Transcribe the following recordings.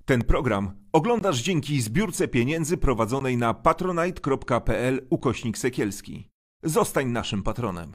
Ten program oglądasz dzięki zbiórce pieniędzy prowadzonej na patronite.pl/Sekielski. Zostań naszym patronem.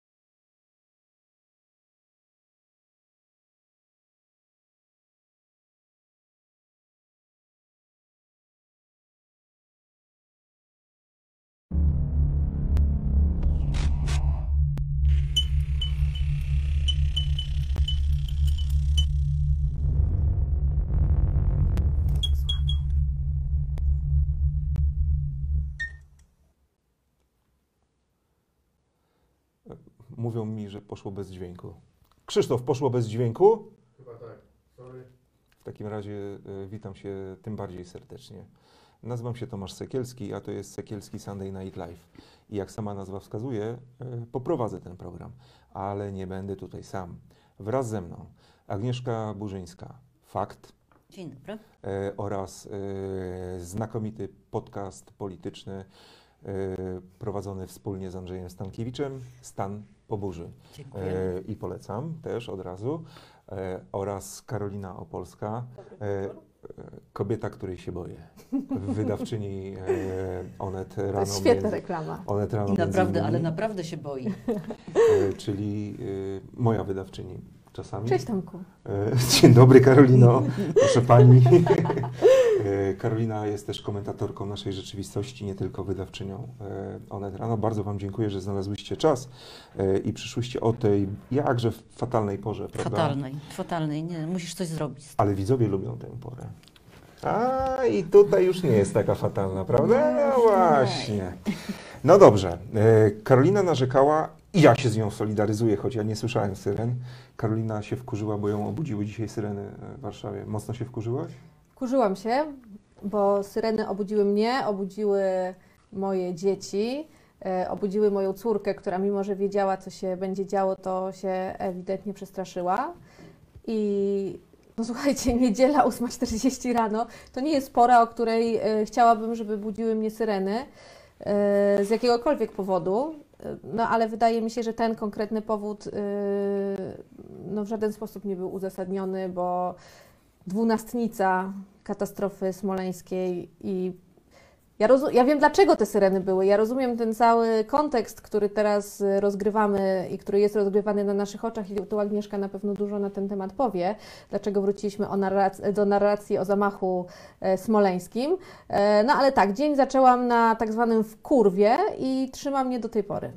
Mówią mi, że poszło bez dźwięku. Krzysztof, poszło bez dźwięku? Chyba tak, sorry. W takim razie witam się tym bardziej serdecznie. Nazywam się Tomasz Sekielski, a to jest Sekielski Sunday Night Live. I jak sama nazwa wskazuje, poprowadzę ten program, ale nie będę tutaj sam. Wraz ze mną Agnieszka Burzyńska, Fakt. Dzień dobry. Oraz znakomity podcast polityczny prowadzony wspólnie z Andrzejem Stankiewiczem, Stan po burzy. Dziękuję. I polecam też od razu. Oraz Karolina Opolska, kobieta, której się boję. Wydawczyni Onet Rano. To jest świetna reklama. Onet Rano. I naprawdę, ale naprawdę się boi. Czyli moja wydawczyni czasami. Cześć Tomku. Dzień dobry Karolino, proszę pani. Karolina jest też komentatorką naszej rzeczywistości, nie tylko wydawczynią Onet Rano. Bardzo wam dziękuję, że znalazłyście czas i przyszłyście o tej jakże fatalnej porze, prawda? Fatalnej, nie, musisz coś zrobić. Ale widzowie lubią tę porę. A i tutaj już nie jest taka fatalna, prawda? No właśnie. No dobrze. Karolina narzekała i ja się z nią solidaryzuję, choć ja nie słyszałem syren. Karolina się wkurzyła, bo ją obudziły dzisiaj syreny w Warszawie. Mocno się wkurzyłaś? Wkurzyłam się, bo syreny obudziły mnie, obudziły moje dzieci, obudziły moją córkę, która mimo, że wiedziała, co się będzie działo, to się ewidentnie przestraszyła. I no słuchajcie, niedziela 8:40 rano, to nie jest pora, o której chciałabym, żeby budziły mnie syreny z jakiegokolwiek powodu. No ale wydaje mi się, że ten konkretny powód no, w żaden sposób nie był uzasadniony, bo dwunastnica katastrofy smoleńskiej i ja wiem, dlaczego te syreny były. Ja rozumiem ten cały kontekst, który teraz rozgrywamy i który jest rozgrywany na naszych oczach i tu Agnieszka na pewno dużo na ten temat powie, dlaczego wróciliśmy do narracji o zamachu smoleńskim. No ale tak, dzień zaczęłam na tak zwanym wkurwie i trzyma mnie do tej pory.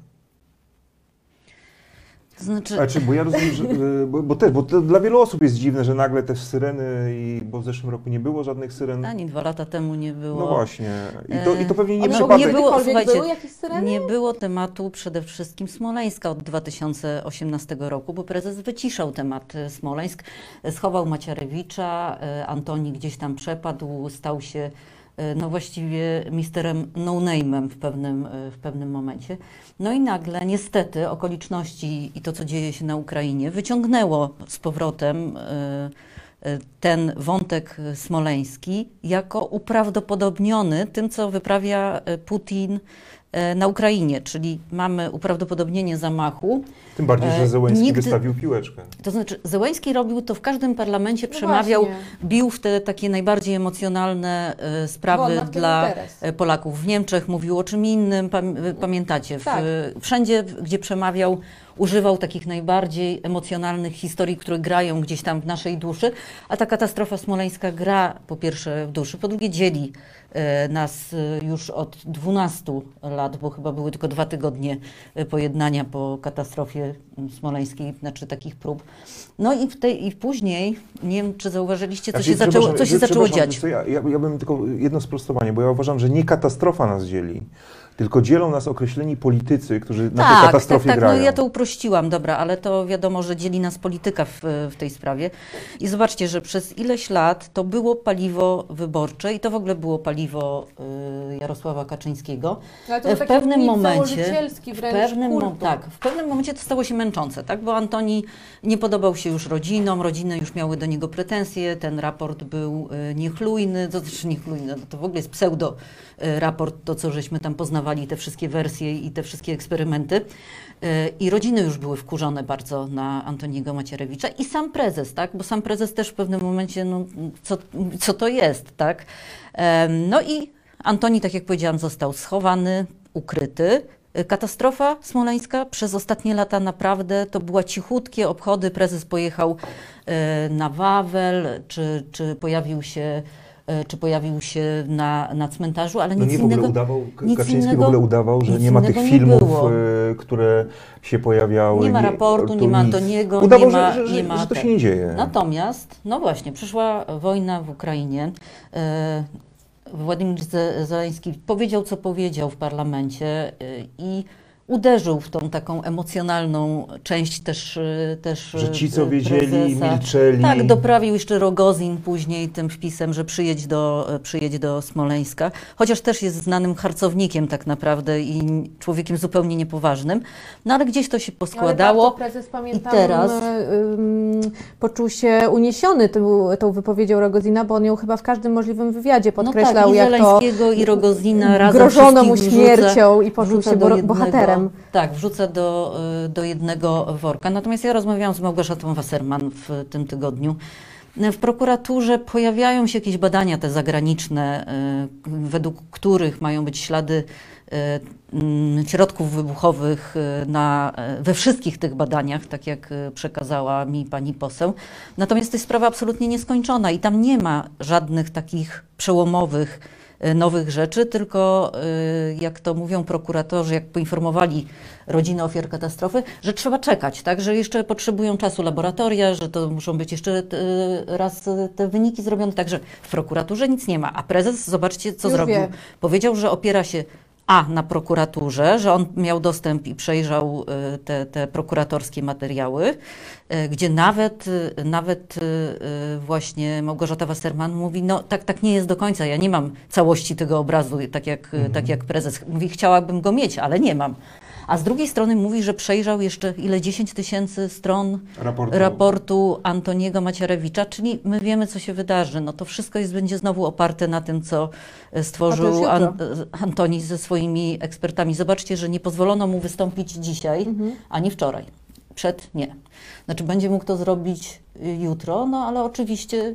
To znaczy... Bo ja rozumiem, że, bo to dla wielu osób jest dziwne, że nagle te syreny, bo w zeszłym roku nie było żadnych syren. Ani 2 lata temu nie było. No właśnie. I to pewnie nie No, przypadek. nie było, słuchajcie, były jakieś syreny? nie było tematu przede wszystkim Smoleńska od 2018 roku, bo prezes wyciszał temat Smoleńsk, schował Macierewicza, Antoni gdzieś tam przepadł, stał się no właściwie misterem no-name'em w pewnym momencie. No i nagle niestety okoliczności i to, co dzieje się na Ukrainie, wyciągnęło z powrotem ten wątek smoleński jako uprawdopodobniony tym, co wyprawia Putin na Ukrainie, czyli mamy uprawdopodobnienie zamachu. Tym bardziej, że Zełenski wystawił piłeczkę. To znaczy Zełenski robił to w każdym parlamencie, przemawiał, bił w te takie najbardziej emocjonalne sprawy dla Polaków. W Niemczech mówił o czym innym, pamiętacie, wszędzie, gdzie przemawiał, używał takich najbardziej emocjonalnych historii, które grają gdzieś tam w naszej duszy, a ta katastrofa smoleńska gra po pierwsze w duszy, po drugie dzieli nas już od 12 lat, bo chyba były tylko 2 tygodnie pojednania po katastrofie smoleńskiej, znaczy takich prób. No i później, nie wiem, czy zauważyliście, co się zaczęło dziać. Ja bym tylko jedno sprostowanie, bo ja uważam, że nie katastrofa nas dzieli, tylko dzielą nas określeni politycy, którzy na tej katastrofie grają. No ja to uprościłam, dobra, ale to wiadomo, że dzieli nas polityka w tej sprawie. I zobaczcie, że przez ileś lat to było paliwo wyborcze i to w ogóle było paliwo Jarosława Kaczyńskiego. Ale to w pewnym momencie, w pewnym momencie to stało się męczące, tak? Bo Antoni nie podobał się już rodzinom, rodziny już miały do niego pretensje, ten raport był niechlujny, to znaczy niechlujny, to w ogóle jest pseudo raport, to co żeśmy tam poznawali planowali te wszystkie wersje i te wszystkie eksperymenty. I rodziny już były wkurzone bardzo na Antoniego Macierewicza i sam prezes, tak? Bo sam prezes też w pewnym momencie, no, co to jest, tak? No i Antoni, tak jak powiedziałam, został schowany, ukryty. Katastrofa smoleńska przez ostatnie lata naprawdę to były cichutkie obchody. Prezes pojechał na Wawel, czy pojawił się na cmentarzu, ale nic innego. Kaczyński w ogóle udawał, że nie ma tych filmów, które się pojawiały. Nie ma raportu, nie ma Antoniego, udawał, nie ma że to się nie dzieje. Natomiast, no właśnie, przyszła wojna w Ukrainie. Władimir Zełenski powiedział, co powiedział w parlamencie i uderzył w tą taką emocjonalną część też że ci, co wiedzieli, prezesa. milczeli. Tak, doprawił jeszcze Rogozin później tym wpisem, że przyjedź do Smoleńska, chociaż też jest znanym harcownikiem tak naprawdę i człowiekiem zupełnie niepoważnym, no ale gdzieś to się poskładało. Ale prezes, pamiętam, i teraz poczuł się uniesiony tą wypowiedzią Rogozina, bo on ją chyba w każdym możliwym wywiadzie podkreślał, no tak, jak Zeleńskiego i Rogozina razem grożono mu śmiercią i poczuł się bohaterem. Tak, wrzuca do jednego worka. Natomiast ja rozmawiałam z Małgorzatą Wasserman w tym tygodniu. W prokuraturze pojawiają się jakieś badania te zagraniczne, według których mają być ślady środków wybuchowych we wszystkich tych badaniach, tak jak przekazała mi pani poseł. Natomiast to jest sprawa absolutnie nieskończona i tam nie ma żadnych takich przełomowych nowych rzeczy, tylko jak to mówią prokuratorzy, jak poinformowali rodzinę ofiar katastrofy, że trzeba czekać, tak, że jeszcze potrzebują czasu laboratoria, że to muszą być jeszcze raz te wyniki zrobione, także w prokuraturze nic nie ma. A prezes, zobaczcie, co zrobił. Powiedział, że opiera się na prokuraturze, że on miał dostęp i przejrzał te prokuratorskie materiały, gdzie nawet właśnie Małgorzata Wasserman mówi, no tak nie jest do końca, ja nie mam całości tego obrazu, tak jak prezes. Mówi, chciałabym go mieć, ale nie mam. A z drugiej strony mówi, że przejrzał jeszcze 10 000 stron raportu Antoniego Macierewicza, czyli my wiemy, co się wydarzy. No to wszystko będzie znowu oparte na tym, co stworzył Antoni ze swoimi ekspertami. Zobaczcie, że nie pozwolono mu wystąpić dzisiaj, ani wczoraj. Nie. Znaczy będzie mógł to zrobić jutro, no ale oczywiście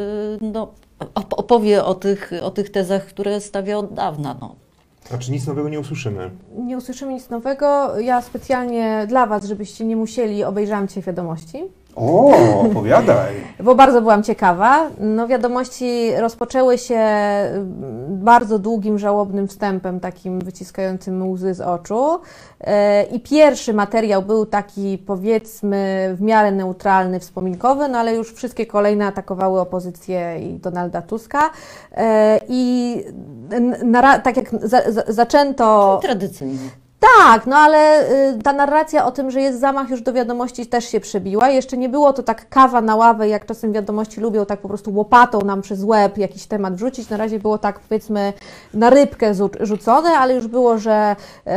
opowie o tych tezach, które stawia od dawna. No. A czy nic nowego nie usłyszymy? Nie usłyszymy nic nowego. Ja specjalnie dla Was, żebyście nie musieli, obejrzałam dzisiaj Wiadomości. O, opowiadaj. Bo bardzo byłam ciekawa. No, Wiadomości rozpoczęły się bardzo długim, żałobnym wstępem, takim wyciskającym łzy z oczu. I pierwszy materiał był taki, powiedzmy, w miarę neutralny, wspominkowy, no ale już wszystkie kolejne atakowały opozycję i Donalda Tuska. I tak jak zaczęto... Tradycyjnie. Tak, no ale ta narracja o tym, że jest zamach, już do Wiadomości też się przebiła. Jeszcze nie było to tak kawa na ławę, jak czasem Wiadomości lubią tak po prostu łopatą nam przez łeb jakiś temat wrzucić. Na razie było tak, powiedzmy, na rybkę rzucone, ale już było, że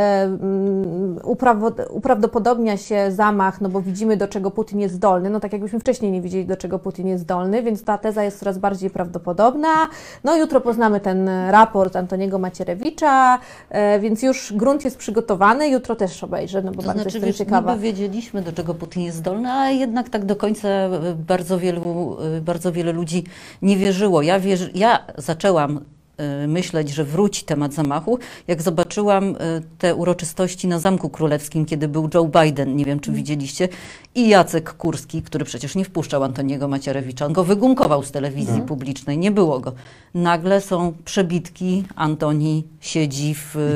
uprawdopodobnia się zamach, no bo widzimy, do czego Putin jest zdolny. No tak jakbyśmy wcześniej nie widzieli, do czego Putin jest zdolny, więc ta teza jest coraz bardziej prawdopodobna. No jutro poznamy ten raport Antoniego Macierewicza, więc już grunt jest przygotowany. Jutro też obejrzę, no bo bardzo jestem ciekawa. Niby wiedzieliśmy, do czego Putin jest zdolny, a jednak tak do końca bardzo wiele ludzi nie wierzyło. Ja zaczęłam myśleć, że wróci temat zamachu, jak zobaczyłam te uroczystości na Zamku Królewskim, kiedy był Joe Biden, nie wiem, czy widzieliście, i Jacek Kurski, który przecież nie wpuszczał Antoniego Macierewicza, on go wygumkował z telewizji publicznej, nie było go. Nagle są przebitki, Antoni siedzi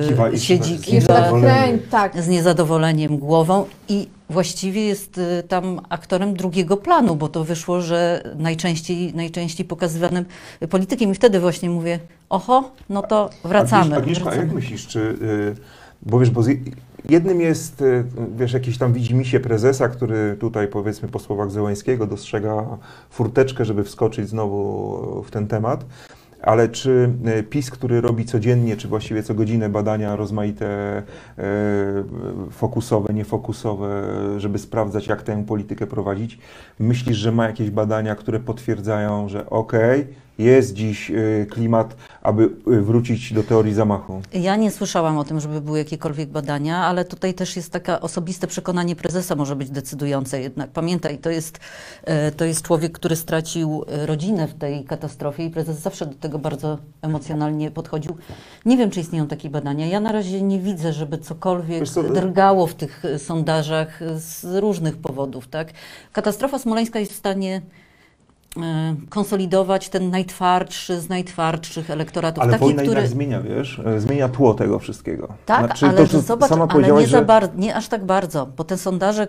z niezadowoleniem głową i właściwie jest tam aktorem drugiego planu, bo to wyszło, że najczęściej pokazywanym politykiem. I wtedy właśnie mówię, oho, no to wracamy. Agnieszka, a jak myślisz, bo jednym jest, jakieś tam widzimisię prezesa, który tutaj, powiedzmy, po słowach Zełańskiego dostrzega furteczkę, żeby wskoczyć znowu w ten temat. Ale czy PiS, który robi codziennie, czy właściwie co godzinę badania rozmaite, fokusowe, niefokusowe, żeby sprawdzać, jak tę politykę prowadzić, myślisz, że ma jakieś badania, które potwierdzają, że okej, jest dziś klimat, aby wrócić do teorii zamachu? Ja nie słyszałam o tym, żeby były jakiekolwiek badania, ale tutaj też jest takie osobiste przekonanie prezesa może być decydujące jednak. Pamiętaj, to jest człowiek, który stracił rodzinę w tej katastrofie i prezes zawsze do tego bardzo emocjonalnie podchodził. Nie wiem, czy istnieją takie badania. Ja na razie nie widzę, żeby cokolwiek drgało w tych sondażach z różnych powodów, tak? Katastrofa smoleńska jest w stanie konsolidować ten najtwardszy z najtwardszych elektoratów. Ale taki, wojna który... jednak zmienia, wiesz, zmienia tło tego wszystkiego. Tak, znaczy, ale to, że zobacz, sama ale nie, że... nie aż tak bardzo, bo te sondaże,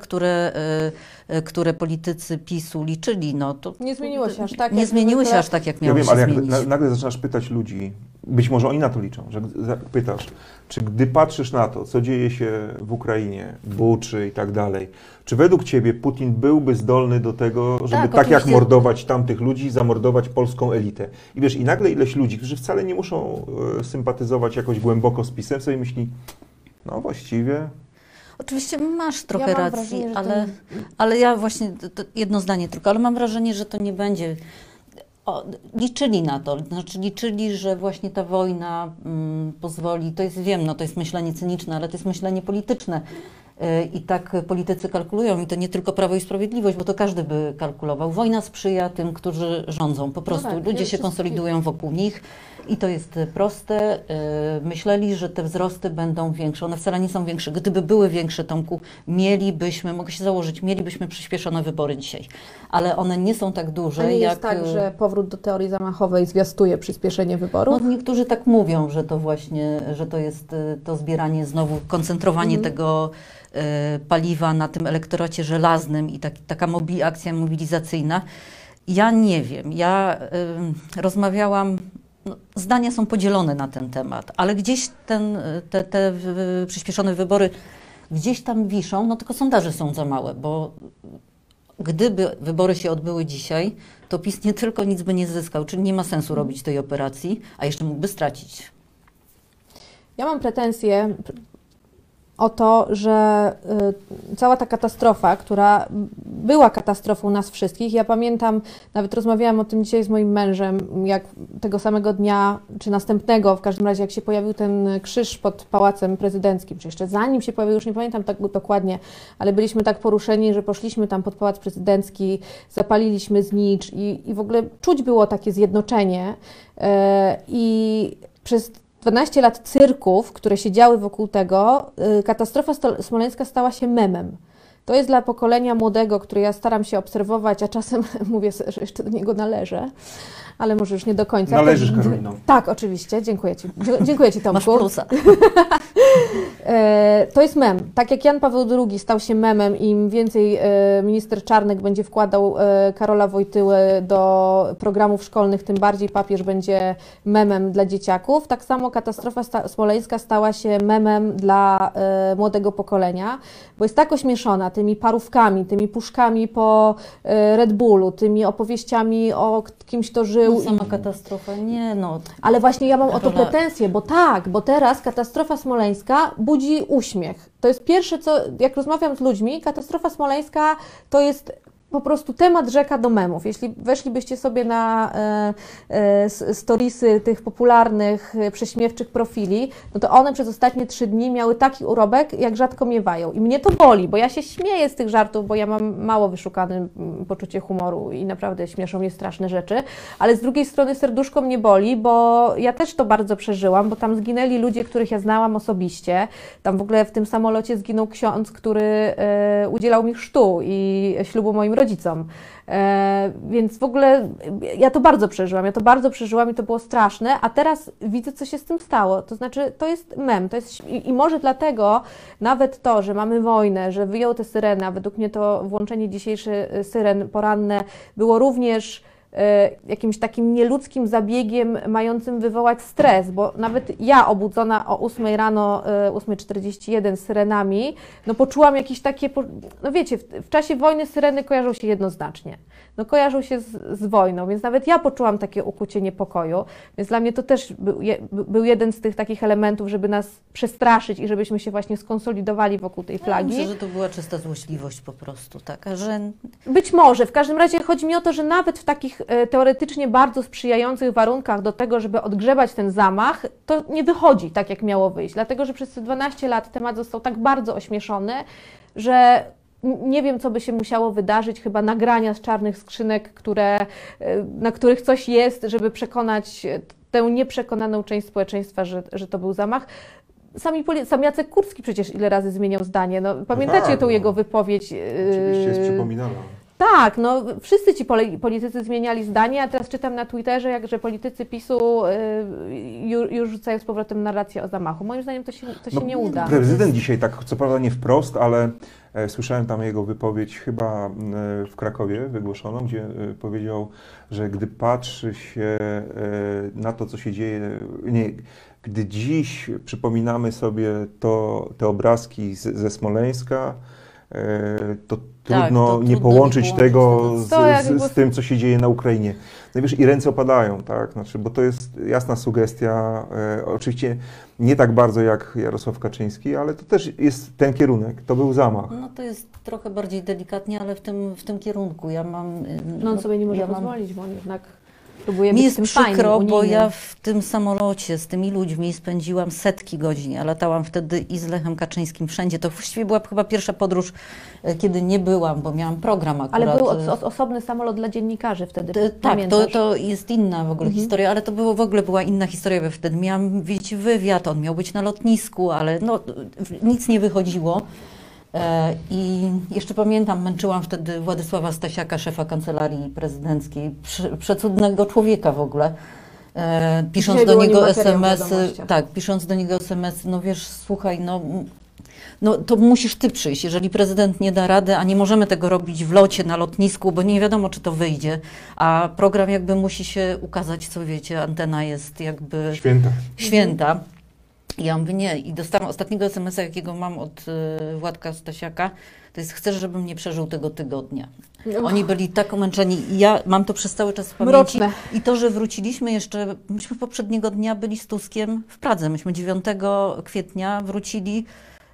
które politycy PiS-u liczyli, no to... Nie zmieniło się aż tak, nie zmieniły się aż tak, jak miało ja wiem, się ale zmienić. jak nagle zaczynasz pytać ludzi, być może oni na to liczą, że pytasz, czy gdy patrzysz na to, co dzieje się w Ukrainie, Buczy i tak dalej, czy według Ciebie Putin byłby zdolny do tego, żeby tak jak mordować tamtych ludzi, zamordować polską elitę? I wiesz, i nagle ileś ludzi, którzy wcale nie muszą sympatyzować jakoś głęboko z PiS-em, sobie myśli, no właściwie... Oczywiście masz trochę racji, wrażenie, ale ja właśnie, to jedno zdanie tylko, ale mam wrażenie, że to nie będzie... liczyli na to, znaczy liczyli, że właśnie ta wojna pozwoli, to jest, wiem, no to jest myślenie cyniczne, ale to jest myślenie polityczne i tak politycy kalkulują i to nie tylko Prawo i Sprawiedliwość, bo to każdy by kalkulował. Wojna sprzyja tym, którzy rządzą, po prostu ludzie się konsolidują wokół nich i to jest proste. Myśleli, że te wzrosty będą większe, one wcale nie są większe. Gdyby były większe, Tomku, mogę się założyć, mielibyśmy przyspieszone wybory dzisiaj, ale one nie są tak duże. A nie jak... jest tak, że powrót do teorii zamachowej zwiastuje przyspieszenie wyborów? No, niektórzy tak mówią, że to właśnie, że to jest to zbieranie znowu, koncentrowanie tego paliwa na tym elektoracie żelaznym i taka akcja mobilizacyjna. Ja nie wiem, ja rozmawiałam, no, zdania są podzielone na ten temat, ale gdzieś te przyspieszone wybory gdzieś tam wiszą, no tylko sondaże są za małe, bo gdyby wybory się odbyły dzisiaj, to PiS nie tylko nic by nie zyskał, czyli nie ma sensu robić tej operacji, a jeszcze mógłby stracić. Ja mam pretensje o to, że cała ta katastrofa, która była katastrofą nas wszystkich, ja pamiętam, nawet rozmawiałam o tym dzisiaj z moim mężem, jak tego samego dnia, czy następnego, w każdym razie jak się pojawił ten krzyż pod Pałacem Prezydenckim, czy jeszcze zanim się pojawił, już nie pamiętam tak dokładnie, ale byliśmy tak poruszeni, że poszliśmy tam pod Pałac Prezydencki, zapaliliśmy znicz i w ogóle czuć było takie zjednoczenie i przez 12 lat cyrków, które się działy wokół tego, katastrofa smoleńska stała się memem. To jest dla pokolenia młodego, które ja staram się obserwować, a czasem mówię, że jeszcze do niego należę, ale może już nie do końca. Należysz, Karolino. Tak, oczywiście. Dziękuję Ci. Dziękuję Ci, Tomku. Masz plusa. To jest mem. Tak jak Jan Paweł II stał się memem i im więcej minister Czarnek będzie wkładał Karola Wojtyły do programów szkolnych, tym bardziej papież będzie memem dla dzieciaków. Tak samo katastrofa smoleńska stała się memem dla młodego pokolenia, bo jest tak ośmieszona tymi parówkami, tymi puszkami po Red Bullu, tymi opowieściami o kimś, kto żył. No, sama katastrofa, nie no. Ale właśnie ja mam o to pretensje, bo teraz katastrofa smoleńska budzi uśmiech. To jest pierwsze, co, jak rozmawiam z ludźmi, katastrofa smoleńska to jest po prostu temat rzeka do memów. Jeśli weszlibyście sobie na storiesy tych popularnych, prześmiewczych profili, no to one przez ostatnie 3 dni miały taki urobek, jak rzadko miewają. I mnie to boli, bo ja się śmieję z tych żartów, bo ja mam mało wyszukane poczucie humoru i naprawdę śmieszą mnie straszne rzeczy, ale z drugiej strony serduszko mnie boli, bo ja też to bardzo przeżyłam, bo tam zginęli ludzie, których ja znałam osobiście. Tam w ogóle w tym samolocie zginął ksiądz, który udzielał mi chrztu i ślubu moim rodzicom. Więc w ogóle ja to bardzo przeżyłam i to było straszne, a teraz widzę, co się z tym stało. To znaczy, to jest mem. I może dlatego nawet to, że mamy wojnę, że wyjął te syreny, a według mnie to włączenie dzisiejszy syren poranne było również jakimś takim nieludzkim zabiegiem mającym wywołać stres, bo nawet ja obudzona o 8 rano, 8:41 z syrenami, no poczułam jakieś takie, no wiecie, w czasie wojny syreny kojarzą się jednoznacznie. No kojarzą się z wojną, więc nawet ja poczułam takie ukucie niepokoju, więc dla mnie to też był jeden z tych takich elementów, żeby nas przestraszyć i żebyśmy się właśnie skonsolidowali wokół tej flagi. Ja myślę, że to była czysta złośliwość po prostu taka, że... Być może, w każdym razie chodzi mi o to, że nawet w takich tych teoretycznie bardzo sprzyjających warunkach do tego, żeby odgrzebać ten zamach, to nie wychodzi tak, jak miało wyjść. Dlatego, że przez te 12 lat temat został tak bardzo ośmieszony, że nie wiem, co by się musiało wydarzyć, chyba nagrania z czarnych skrzynek, na których coś jest, żeby przekonać tę nieprzekonaną część społeczeństwa, że to był zamach. Sam Jacek Kurski przecież ile razy zmieniał zdanie. No, pamiętacie tą jego wypowiedź? Oczywiście jest przypominana. Tak, no wszyscy ci politycy zmieniali zdanie, a teraz czytam na Twitterze, że politycy PiS-u już rzucają z powrotem narrację o zamachu. Moim zdaniem to się nie uda. Prezydent dzisiaj, tak co prawda nie wprost, ale słyszałem tam jego wypowiedź chyba w Krakowie wygłoszoną, gdzie powiedział, że gdy patrzy się na to, co się dzieje, gdy dziś przypominamy sobie te obrazki ze Smoleńska, to trudno nie połączyć tego z tym, co się dzieje na Ukrainie. No wiesz, i ręce opadają, tak? Znaczy, bo to jest jasna sugestia, oczywiście nie tak bardzo jak Jarosław Kaczyński, ale to też jest ten kierunek, to był zamach. No to jest trochę bardziej delikatnie, ale w tym kierunku. Ja mam... No on sobie nie może pozwolić, bo on jednak próbuje Mi być jest tym przykro, fajnym, bo ja w tym samolocie z tymi ludźmi spędziłam setki godzin. Ja latałam wtedy i z Lechem Kaczyńskim wszędzie. To właściwie była chyba pierwsza podróż, kiedy nie byłam, bo miałam program akurat. Ale był osobny samolot dla dziennikarzy wtedy, tak, to jest inna w ogóle historia, ale to w ogóle była inna historia, bo wtedy miałam mieć wywiad, on miał być na lotnisku, ale no, nic nie wychodziło. I jeszcze pamiętam, męczyłam wtedy Władysława Stasiaka, szefa kancelarii prezydenckiej, przecudnego człowieka w ogóle, pisząc do niego SMS-y, pisząc do niego SMS-y, no wiesz, słuchaj, no to musisz ty przyjść, jeżeli prezydent nie da rady, a nie możemy tego robić w locie, na lotnisku, bo nie wiadomo, czy to wyjdzie, a program jakby musi się ukazać, co wiecie, antena jest jakby... Święta. Ja mówię nie i dostałam ostatniego SMS-a, jakiego mam od Władka Stasiaka, to jest: chcesz, żebym nie przeżył tego tygodnia. Oni byli tak omęczeni i ja mam to przez cały czas w pamięci. Mroczne. I to, że wróciliśmy jeszcze, myśmy poprzedniego dnia byli z Tuskiem w Pradze, myśmy 9 kwietnia wrócili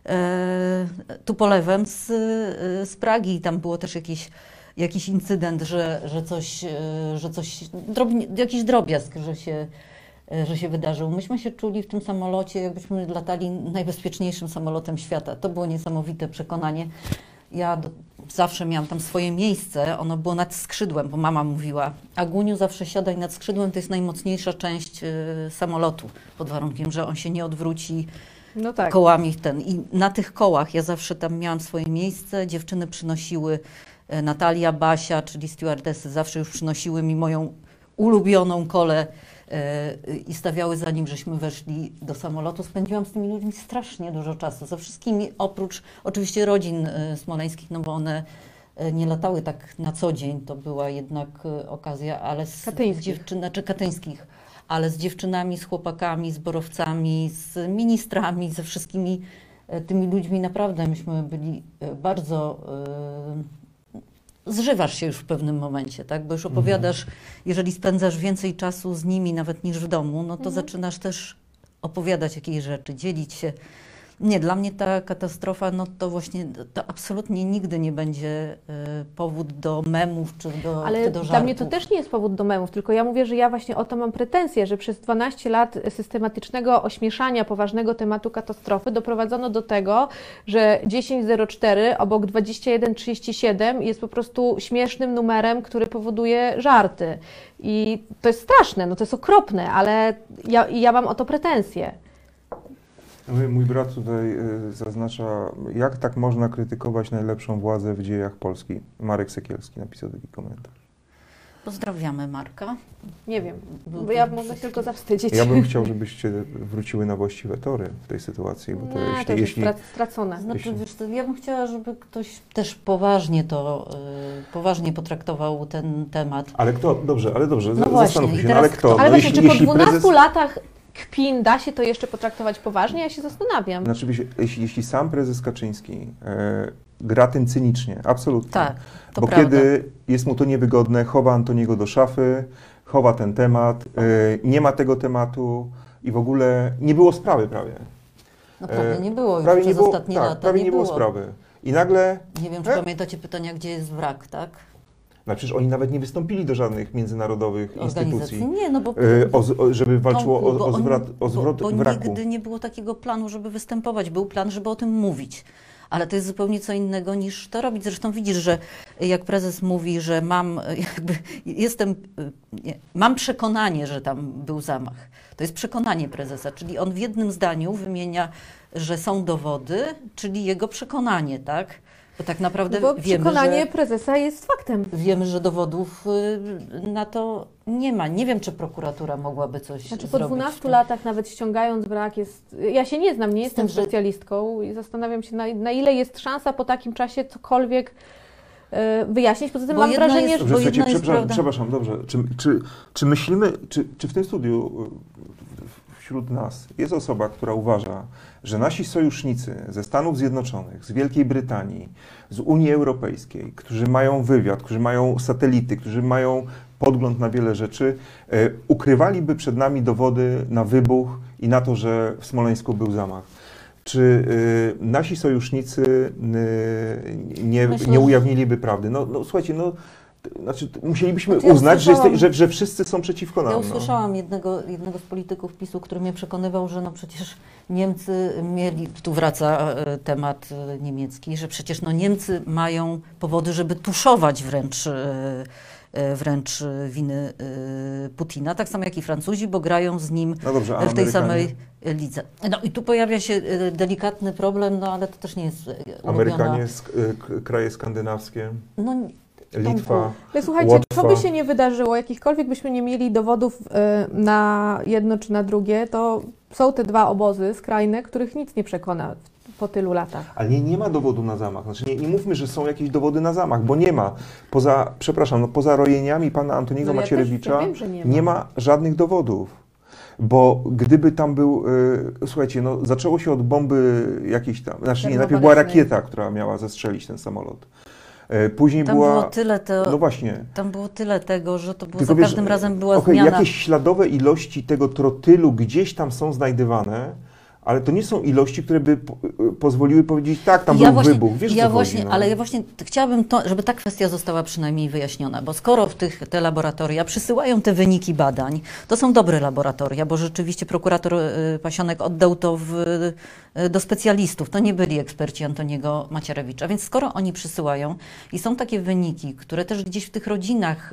Tupolewem z Pragi i tam było też jakiś incydent, że jakiś drobiazg, że się wydarzył. Myśmy się czuli w tym samolocie, jakbyśmy latali najbezpieczniejszym samolotem świata. To było niesamowite przekonanie. Ja zawsze miałam tam swoje miejsce, ono było nad skrzydłem, bo mama mówiła: Aguniu, zawsze siadaj nad skrzydłem, to jest najmocniejsza część samolotu, pod warunkiem, że on się nie odwróci kołami. I na tych kołach ja zawsze tam miałam swoje miejsce, dziewczyny przynosiły, Natalia, Basia, czyli stewardessy, zawsze już przynosiły mi moją ulubioną kolę i stawiały, zanim żeśmy weszli do samolotu. Spędziłam z tymi ludźmi strasznie dużo czasu, ze wszystkimi, oprócz oczywiście rodzin smoleńskich, no bo one nie latały tak na co dzień, to była jednak okazja, ale katyńskich, ale z dziewczynami, z chłopakami, z borowcami, z ministrami, ze wszystkimi tymi ludźmi naprawdę myśmy byli bardzo... Zżywasz się już w pewnym momencie, tak? Bo już opowiadasz, jeżeli spędzasz więcej czasu z nimi nawet niż w domu, no to zaczynasz też opowiadać jakieś rzeczy, dzielić się. Nie, dla mnie ta katastrofa, no to właśnie, to absolutnie nigdy nie będzie powód do memów czy do żartów. Dla mnie to też nie jest powód do memów, tylko ja mówię, że ja właśnie o to mam pretensje, że przez 12 lat systematycznego ośmieszania poważnego tematu katastrofy doprowadzono do tego, że 10.04 obok 21.37 jest po prostu śmiesznym numerem, który powoduje żarty. I to jest straszne, no to jest okropne, ale ja mam o to pretensje. Mój brat tutaj zaznacza, jak tak można krytykować najlepszą władzę w dziejach Polski. Marek Sekielski napisał taki komentarz. Pozdrawiamy Marka. Nie wiem, bo ja mogę się tylko zawstydzić. Ja bym chciał, żebyście wróciły na właściwe tory w tej sytuacji. Bo to jeśli jest stracone. Znaczy, ja bym chciała, żeby ktoś też poważnie potraktował ten temat. Ale kto? Dobrze, no zastanówmy się. Ale kto? Ale właśnie, czy po 12 latach kpin da się to jeszcze potraktować poważnie? Ja się zastanawiam. Znaczy, jeśli sam prezes Kaczyński gra tym cynicznie, absolutnie. Tak, to bo prawda. Kiedy jest mu to niewygodne, chowa Antoniego do szafy, chowa ten temat, nie ma tego tematu i w ogóle nie było sprawy prawie. No prawie nie było już przez ostatnie lata. Prawie nie było sprawy. I nagle... Nie wiem, czy pamiętacie pytania, gdzie jest wrak, tak? No przecież oni nawet nie wystąpili do żadnych międzynarodowych instytucji, Nie, no bo, żeby walczyło o zwrot bo wraku. nigdy nie było takiego planu, żeby występować. Był plan, żeby o tym mówić. Ale to jest zupełnie co innego niż to robić. Zresztą widzisz, że jak prezes mówi, że mam przekonanie, że tam był zamach. To jest przekonanie prezesa, czyli on w jednym zdaniu wymienia, że są dowody, czyli jego przekonanie, tak? Bo tak naprawdę bo wiemy, przekonanie że prezesa jest faktem. wiemy, że dowodów na to nie ma. Nie wiem, czy prokuratura mogłaby coś Znaczy po zrobić. 12 latach nawet ściągając wrak jest... Ja się nie znam, nie jestem że- specjalistką i zastanawiam się, na ile jest szansa po takim czasie cokolwiek wyjaśnić. Poza tym Bo mam jedna wrażenie, jest- że... Dobrze, Bo słuchajcie, jedna jest prawda. przepraszam, dobrze. Czy myślimy, czy w tym studiu wśród nas jest osoba, która uważa, że nasi sojusznicy ze Stanów Zjednoczonych, z Wielkiej Brytanii, z Unii Europejskiej, którzy mają wywiad, którzy mają satelity, którzy mają podgląd na wiele rzeczy, ukrywaliby przed nami dowody na wybuch i na to, że w Smoleńsku był zamach? Czy nasi sojusznicy nie ujawniliby prawdy? No słuchajcie, znaczy, musielibyśmy Znaczy, ja uznać, usłyszałam- że wszyscy są przeciwko nam. Ja no. usłyszałam jednego z polityków PiS-u, który mnie przekonywał, że no przecież Niemcy mieli, tu wraca temat niemiecki, że przecież no Niemcy mają powody, żeby tuszować wręcz winy Putina, tak samo jak i Francuzi, bo grają z nim No dobrze, a w tej Amerykanie? samej lidze. No i tu pojawia się delikatny problem, no ale to też nie jest ulubiona... Amerykanie, kraje skandynawskie, No, Litwa, Ale słuchajcie, Łotwa. co by się nie wydarzyło, jakichkolwiek byśmy nie mieli dowodów na jedno czy na drugie, to są te dwa obozy skrajne, których nic nie przekona po tylu latach. Ale nie ma dowodu na zamach. Znaczy nie mówmy, że są jakieś dowody na zamach, bo nie ma. Poza rojeniami pana Antoniego No ja Macierewicza też wiem, że nie ma. nie ma żadnych dowodów. Bo gdyby tam był, słuchajcie, no zaczęło się od bomby jakiejś tam, znaczy nie, najpierw była Termobarycznej. rakieta, która miała zestrzelić ten samolot. Później tam była, było tyle no właśnie. Tam było tyle tego, że to było Tylko za wiesz, każdym razem była okej, zmiana. jakieś śladowe ilości tego trotylu gdzieś tam są znajdywane, ale to nie są ilości, które by pozwoliły powiedzieć, tak, tam był wybuch. Wiesz, o co chodzi, no. Ale ja właśnie chciałabym, żeby ta kwestia została przynajmniej wyjaśniona, bo skoro te laboratoria przysyłają te wyniki badań, to są dobre laboratoria, bo rzeczywiście prokurator Pasionek oddał to do specjalistów, to nie byli eksperci Antoniego Macierewicza, więc skoro oni przysyłają i są takie wyniki, które też gdzieś w tych rodzinach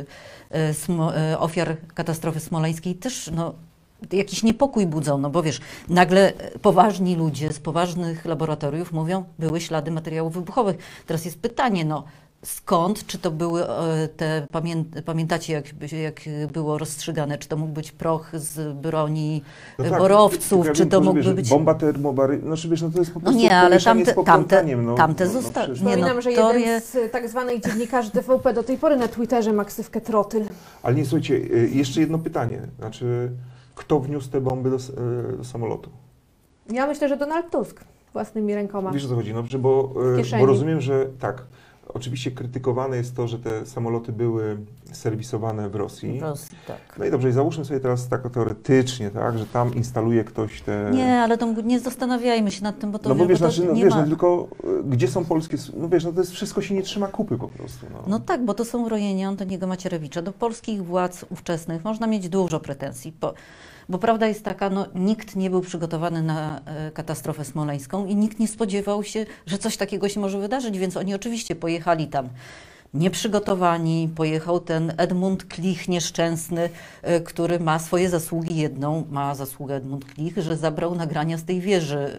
ofiar katastrofy smoleńskiej też jakiś niepokój budzą, no bo wiesz, nagle poważni ludzie z poważnych laboratoriów mówią, były ślady materiałów wybuchowych. Teraz jest pytanie, skąd, czy to były pamiętacie jak było rozstrzygane, czy to mógł być proch z broni borowców, tylko czy to wiem, mógłby być... Bomba termobaryczna, znaczy wiesz, to jest po prostu nie, ale pomieszanie z poplątaniem. tamte zostały. przecież- Przypominam, że jeden z tak zwanych dziennikarzy TVP do tej pory na Twitterze ma ksywkę trotyl. Ale nie, słuchajcie, jeszcze jedno pytanie. Znaczy, kto wniósł te bomby do samolotu? Ja myślę, że Donald Tusk własnymi rękoma. Wiesz, o co chodzi? No, bo kieszeni. rozumiem, że tak, oczywiście krytykowane jest to, że te samoloty były serwisowane w Rosji. W Rosji, tak. No i dobrze, i załóżmy sobie teraz tak teoretycznie, tak, że tam instaluje ktoś te... Nie, ale to nie zastanawiajmy się nad tym, bo to, No bo wiesz, bo to znaczy, nie wiesz, ma... tylko gdzie są polskie... No wiesz, to jest wszystko się nie trzyma kupy po prostu. No tak, bo to są rojenia Antoniego Macierewicza. Do polskich władz ówczesnych można mieć dużo pretensji, bo prawda jest taka, nikt nie był przygotowany na katastrofę smoleńską i nikt nie spodziewał się, że coś takiego się może wydarzyć, więc oni oczywiście pojechali tam nieprzygotowani. Pojechał ten Edmund Klich nieszczęsny, który ma swoje zasługi. Jedną ma zasługę Edmund Klich, że zabrał nagrania z tej wieży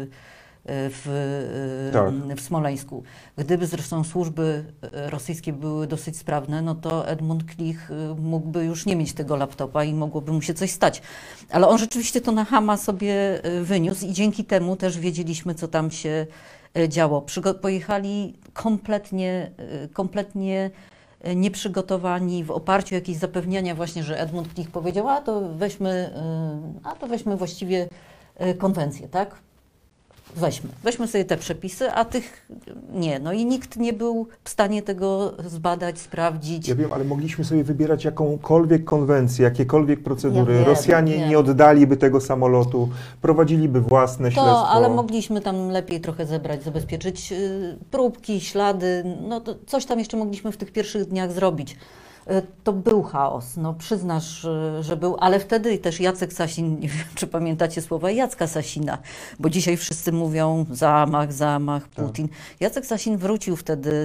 w Smoleńsku. Gdyby zresztą służby rosyjskie były dosyć sprawne, to Edmund Klich mógłby już nie mieć tego laptopa i mogłoby mu się coś stać. Ale on rzeczywiście to na chama sobie wyniósł i dzięki temu też wiedzieliśmy, co tam się działo. Pojechali kompletnie nieprzygotowani, w oparciu o jakieś zapewnienia właśnie, że Edmund Klich powiedział, to weźmy właściwie konwencję, tak? weźmy sobie te przepisy, a tych nie. No i nikt nie był w stanie tego zbadać, sprawdzić. Ja wiem, ale mogliśmy sobie wybierać jakąkolwiek konwencję, jakiekolwiek procedury. Ja wiem, Rosjanie wiem. nie oddaliby tego samolotu, prowadziliby własne śledztwo. Ale mogliśmy tam lepiej trochę zebrać, zabezpieczyć próbki, ślady, no to coś tam jeszcze mogliśmy w tych pierwszych dniach zrobić. To był chaos, no przyznasz, że był, ale wtedy też Jacek Sasin, nie wiem, czy pamiętacie słowa Jacka Sasina, bo dzisiaj wszyscy mówią zamach, Putin. Jacek Sasin wrócił wtedy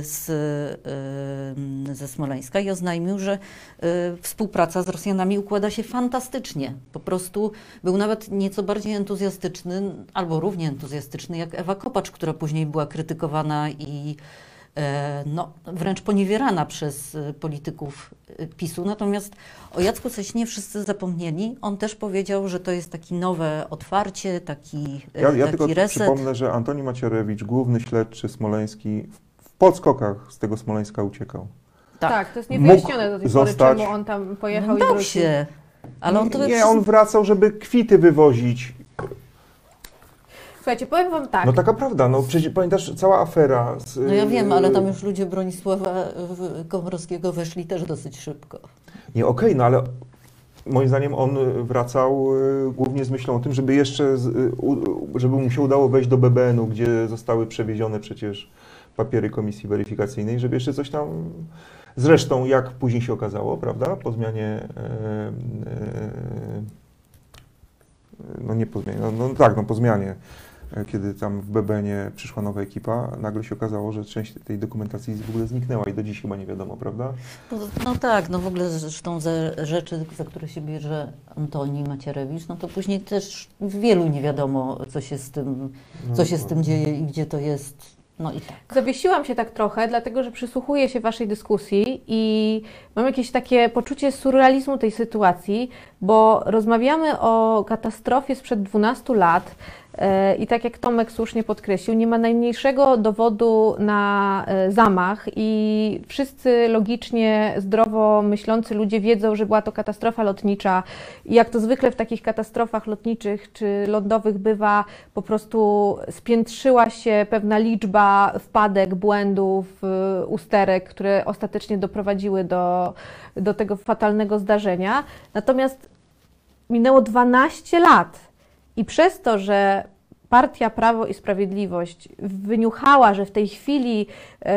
ze Smoleńska i oznajmił, że współpraca z Rosjanami układa się fantastycznie. Po prostu był nawet nieco bardziej entuzjastyczny, albo równie entuzjastyczny jak Ewa Kopacz, która później była krytykowana i no, wręcz poniewierana przez polityków PiS-u. Natomiast o Jacku Sasinie wszyscy zapomnieli. On też powiedział, że to jest takie nowe otwarcie, taki Ja tylko reset. przypomnę, że Antoni Macierewicz, główny śledczy smoleński, w podskokach z tego Smoleńska uciekał. Tak, to jest niewyjaśnione do tej pory, zostać- czemu on tam pojechał No, i dał wrócił. się, ale on to Nie, on wracał, żeby kwity wywozić. Słuchajcie, powiem wam tak. No taka prawda, no przecież pamiętasz, cała afera z... No ja wiem, ale tam już ludzie Bronisława Komorowskiego weszli też dosyć szybko. Nie, okej, no ale moim zdaniem on wracał głównie z myślą o tym, żeby jeszcze, żeby mu się udało wejść do BBN-u, gdzie zostały przewiezione przecież papiery komisji weryfikacyjnej, żeby jeszcze coś tam... Zresztą, jak później się okazało, prawda, po zmianie... no nie po zmianie, no po zmianie, kiedy tam w BBN-ie przyszła nowa ekipa, nagle się okazało, że część tej dokumentacji w ogóle zniknęła i do dziś chyba nie wiadomo, prawda? No tak, no w ogóle zresztą ze rzeczy, za które się bierze Antoni Macierewicz, no to później też wielu nie wiadomo, co się z tym, dzieje i gdzie to jest. No i tak. Zawiesiłam się tak trochę, dlatego że przysłuchuję się waszej dyskusji i mam jakieś takie poczucie surrealizmu tej sytuacji, bo rozmawiamy o katastrofie sprzed 12 lat i tak jak Tomek słusznie podkreślił, nie ma najmniejszego dowodu na zamach i wszyscy logicznie, zdrowo myślący ludzie wiedzą, że była to katastrofa lotnicza i jak to zwykle w takich katastrofach lotniczych czy lądowych bywa, po prostu spiętrzyła się pewna liczba wpadek, błędów, usterek, które ostatecznie doprowadziły do tego fatalnego zdarzenia. Natomiast minęło 12 lat i przez to, że partia Prawo i Sprawiedliwość wyniuchała, że w tej chwili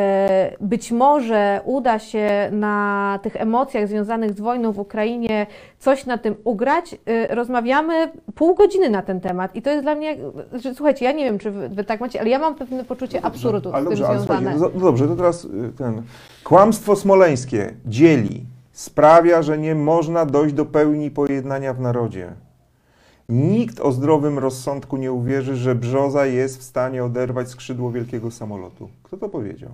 być może uda się na tych emocjach związanych z wojną w Ukrainie coś na tym ugrać, rozmawiamy pół godziny na ten temat i to jest dla mnie, że, słuchajcie, ja nie wiem, czy wy tak macie, ale ja mam pewne poczucie absurdu z tym związane. Dobrze, to teraz kłamstwo smoleńskie dzieli, sprawia, że nie można dojść do pełni pojednania w narodzie. Nikt o zdrowym rozsądku nie uwierzy, że Brzoza jest w stanie oderwać skrzydło wielkiego samolotu. Kto to powiedział?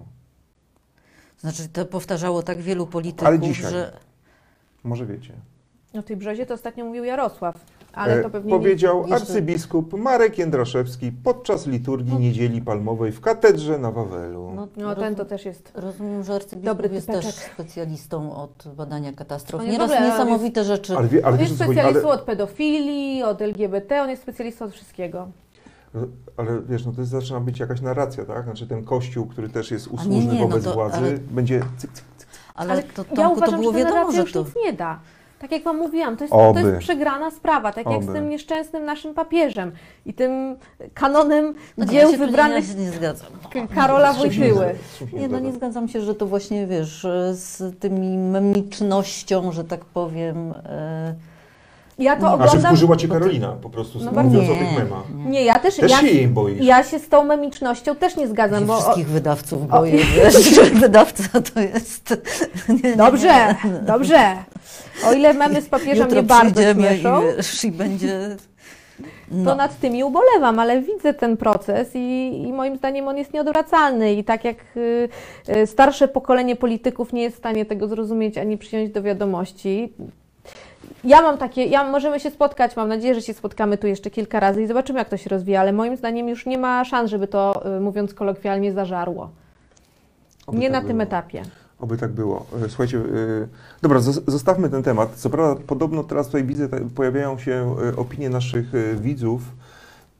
Znaczy to powtarzało tak wielu polityków, Ale dzisiaj. że... Może wiecie. O tej Brzozie to ostatnio mówił Jarosław, ale to pewnie Powiedział jeszcze- arcybiskup Marek Jędraszewski podczas liturgii Niedzieli Palmowej w katedrze na Wawelu. No ten to też jest... Rozumiem, że arcybiskup Dobry jest typeczek. też specjalistą od badania katastrof. No nie, Nieraz w ogóle, niesamowite rzeczy. Ale On wiesz, jest o co chodzi? specjalistą od pedofilii, od LGBT, on jest specjalistą od wszystkiego. Ale wiesz, no to zaczyna być jakaś narracja, tak? Znaczy ten kościół, który też jest nie, usłużny no wobec to- władzy, ale- będzie cyk, cyk, cyk. Ale to, ja Tomku, uważam, to było że ta wiadomo, narracja że już to... nic nie da. Tak jak wam mówiłam, to jest Oby. przegrana sprawa, tak jak z Oby. tym nieszczęsnym naszym papieżem i tym kanonem No nie, dzieł ja się wybranych ja się nie zgadzam. Karola Z czym się Wojtyły. zgadza? Z czym się Nie, no zgadza? nie zgadzam się, że to właśnie, wiesz, z tymi memicznością, że tak powiem... Ja to A oglądam... że wkurzyła cię Karolina po prostu, No mówiąc nie, o tych memach. Nie, ja też... Też się jej boisz. Ja się z tą memicznością też nie zgadzam, Ja bo... wszystkich wydawców boję, wiesz, że wydawca to jest... Dobrze, dobrze. O ile memy z papieża Jutro mnie bardzo przyjdziemy śmieszą, i, wiesz, i będzie... to No. nad tymi ubolewam, ale widzę ten proces i moim zdaniem on jest nieodwracalny i tak jak starsze pokolenie polityków nie jest w stanie tego zrozumieć ani przyjąć do wiadomości. Ja mam takie, możemy się spotkać, mam nadzieję, że się spotkamy tu jeszcze kilka razy i zobaczymy, jak to się rozwija, ale moim zdaniem już nie ma szans, żeby to, mówiąc kolokwialnie, zażarło. Oby Nie tak na tym było. etapie. Oby tak było. Słuchajcie, dobra, zostawmy ten temat. Co prawda, podobno teraz tutaj widzę, pojawiają się opinie naszych widzów,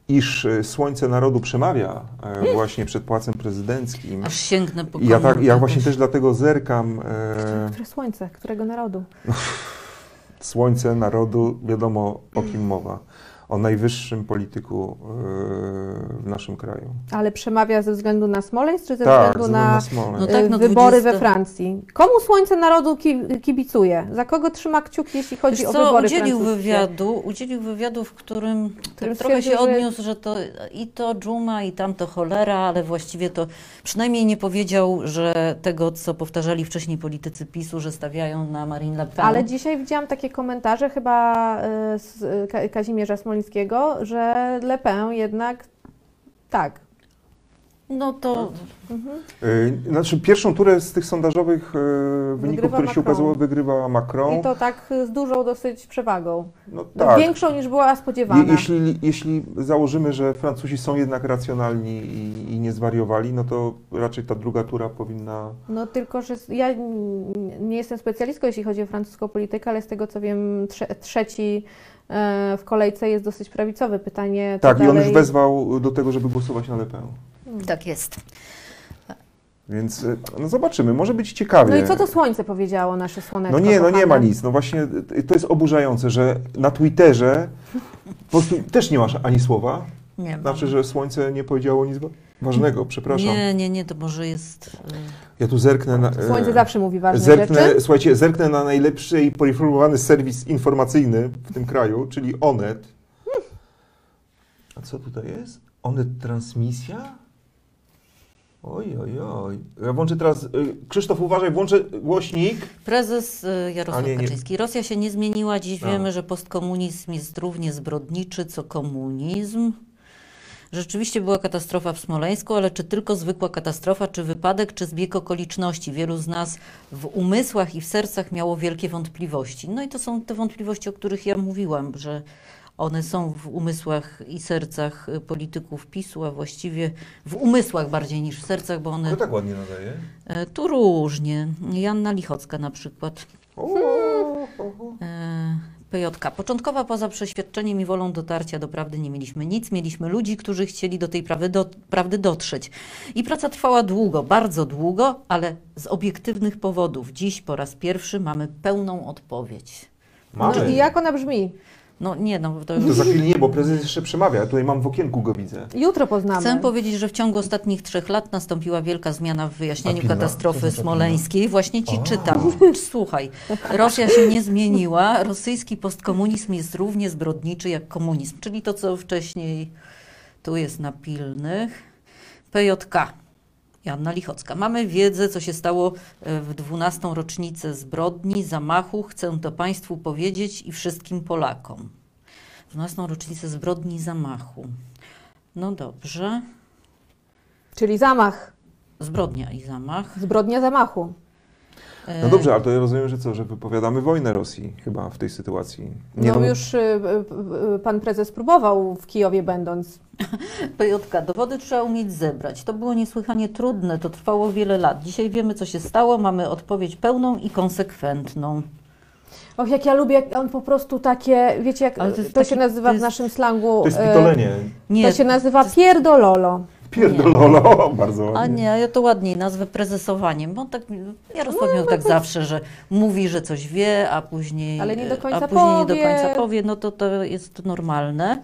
iż słońce narodu przemawia właśnie przed Pałacem Prezydenckim. Aż sięgnę po I ja komórkę właśnie też. też dlatego zerkam. Które słońce? Którego narodu? Słońce narodu, wiadomo o kim mowa. O najwyższym polityku w naszym kraju. Ale przemawia ze względu na Smoleńsk, czy ze Tak, względu ze na Smoleńsk. No tak, no wybory 20. we Francji? Komu Słońce Narodu kibicuje? Za kogo trzyma kciuki, jeśli chodzi Wiesz o co, wybory udzielił francuskie? wywiadu, w którym Którym trochę się stwierdził, że- odniósł, że to i to dżuma, i tamto cholera, ale właściwie to przynajmniej nie powiedział, że tego, co powtarzali wcześniej politycy PiS-u, że stawiają na Marine Le Pen. Ale dzisiaj widziałam takie komentarze chyba z Kazimierza Smolińskiego, że Le Pen jednak tak. No to Znaczy pierwszą turę z tych sondażowych wyników, Wygrywa które się Macron. ukazało, wygrywa Macron. I to tak z dużą dosyć przewagą. No, No, tak. większą niż była spodziewana. Jeśli założymy, że Francuzi są jednak racjonalni i nie zwariowali, no to raczej ta druga tura powinna... No tylko, że ja nie jestem specjalistką, jeśli chodzi o francuską politykę, ale z tego co wiem, trzeci w kolejce jest dosyć prawicowy. Pytanie, co Tak, i on dalej... już wezwał do tego, żeby głosować na Le Pen. tak jest. Więc no zobaczymy, może być ciekawie. No i co to słońce powiedziało, nasze słoneczko? No nie ma kochane? nic. No właśnie to jest oburzające, że na Twitterze po prostu też nie masz ani słowa. Nie mam. Znaczy, że słońce nie powiedziało nic ważnego, przepraszam. Nie, to może jest... Ja tu zerknę na... Słońce zawsze mówi ważne rzeczy. Słuchajcie, zerknę na najlepszy i poinformowany serwis informacyjny w tym kraju, czyli Onet. A co tutaj jest? Onet Transmisja? Oj. Ja włączę teraz... Krzysztof, uważaj, włączę głośnik. Prezes Jarosław nie. Kaczyński. Rosja się nie zmieniła. Dziś A. wiemy, że postkomunizm jest równie zbrodniczy co komunizm. Rzeczywiście była katastrofa w Smoleńsku, ale czy tylko zwykła katastrofa, czy wypadek, czy zbieg okoliczności? Wielu z nas w umysłach i w sercach miało wielkie wątpliwości. No i to są te wątpliwości, o których ja mówiłam, że one są w umysłach i sercach polityków PiS-u, a właściwie w umysłach bardziej niż w sercach, bo one... Kto tak ładnie nadaje? Tu różnie. Joanna Lichocka na przykład. PJK. Początkowa poza przeświadczeniem i wolą dotarcia do prawdy nie mieliśmy nic. Mieliśmy ludzi, którzy chcieli do tej prawdy dotrzeć. I praca trwała długo, bardzo długo, ale z obiektywnych powodów. Dziś po raz pierwszy mamy pełną odpowiedź. Mamy. I jak ona brzmi? No nie, no to To już... za chwilę nie, bo prezes jeszcze przemawia. Ja tutaj mam w okienku go widzę. Jutro poznamy. Chcę powiedzieć, że w ciągu ostatnich 3 lat nastąpiła wielka zmiana w wyjaśnieniu A pilna? Co katastrofy to za smoleńskiej. Właśnie ci czytam. Słuchaj, Rosja się nie zmieniła. Rosyjski postkomunizm jest równie zbrodniczy jak komunizm. Czyli to, co wcześniej tu jest na pilnych. PJK. Joanna Lichocka. Mamy wiedzę, co się stało w 12. rocznicę zbrodni, zamachu. Chcę to Państwu powiedzieć i wszystkim Polakom. 12. rocznicę zbrodni, zamachu. No dobrze. Czyli zamach. Zbrodnia i zamach. Zbrodnia zamachu. No dobrze, ale to ja rozumiem, że co, że wypowiadamy wojnę Rosji chyba w tej sytuacji. Nie, No już pan prezes próbował w Kijowie będąc. PJK, dowody trzeba umieć zebrać. To było niesłychanie trudne, to trwało wiele lat. Dzisiaj wiemy, co się stało, mamy odpowiedź pełną i konsekwentną. Och, jak ja lubię, jak on po prostu takie, wiecie, jak Ale to jest to taki- się nazywa to jest- w naszym slangu, To jest pitolenie. Nie, to się nazywa pierdololo. Pierdololo, bardzo ładnie. a nie, ja to ładniej nazwę prezesowaniem, bo on tak, Jarosław miał tak zawsze, że mówi, że coś wie, a później, Ale nie do końca a później nie do powie. końca powie, no to jest normalne.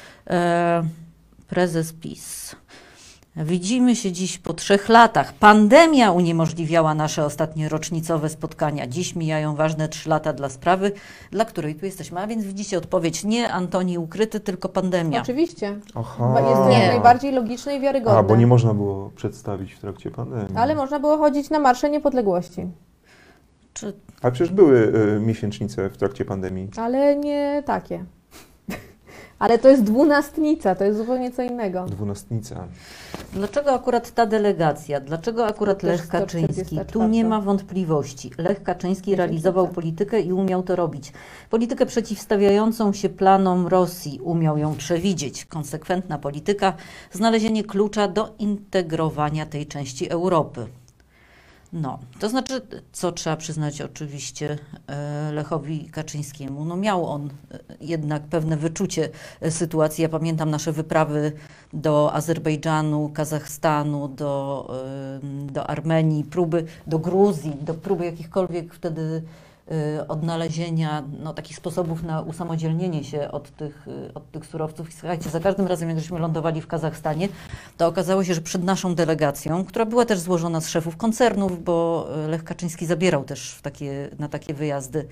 Prezes PiS. Widzimy się dziś po 3 latach. Pandemia uniemożliwiała nasze ostatnie rocznicowe spotkania. Dziś mijają ważne 3 lata dla sprawy, dla której tu jesteśmy. A więc widzicie odpowiedź nie Antoni ukryty, tylko pandemia. Oczywiście. Aha. Jest to Nie. jak najbardziej logiczne i wiarygodne. A, bo nie można było przedstawić w trakcie pandemii. Ale można było chodzić na Marsze Niepodległości. Czy Ale przecież były miesięcznice w trakcie pandemii. Ale nie takie. Ale to jest dwunastnica, to jest zupełnie co innego. Dwunastnica. Dlaczego akurat ta delegacja? Dlaczego akurat To też Lech Kaczyński? 144. Tu nie ma wątpliwości. Lech Kaczyński realizował politykę i umiał to robić. Politykę przeciwstawiającą się planom Rosji. Umiał ją przewidzieć. Konsekwentna polityka, znalezienie klucza do integrowania tej części Europy. No, to znaczy, co trzeba przyznać oczywiście Lechowi Kaczyńskiemu, no miał on jednak pewne wyczucie sytuacji. Ja pamiętam nasze wyprawy do Azerbejdżanu, Kazachstanu, do Armenii, do Gruzji, do próby jakichkolwiek wtedy odnalezienia takich sposobów na usamodzielnienie się od tych surowców. I słuchajcie, za każdym razem, jak żeśmy lądowali w Kazachstanie, to okazało się, że przed naszą delegacją, która była też złożona z szefów koncernów, bo Lech Kaczyński zabierał też na takie wyjazdy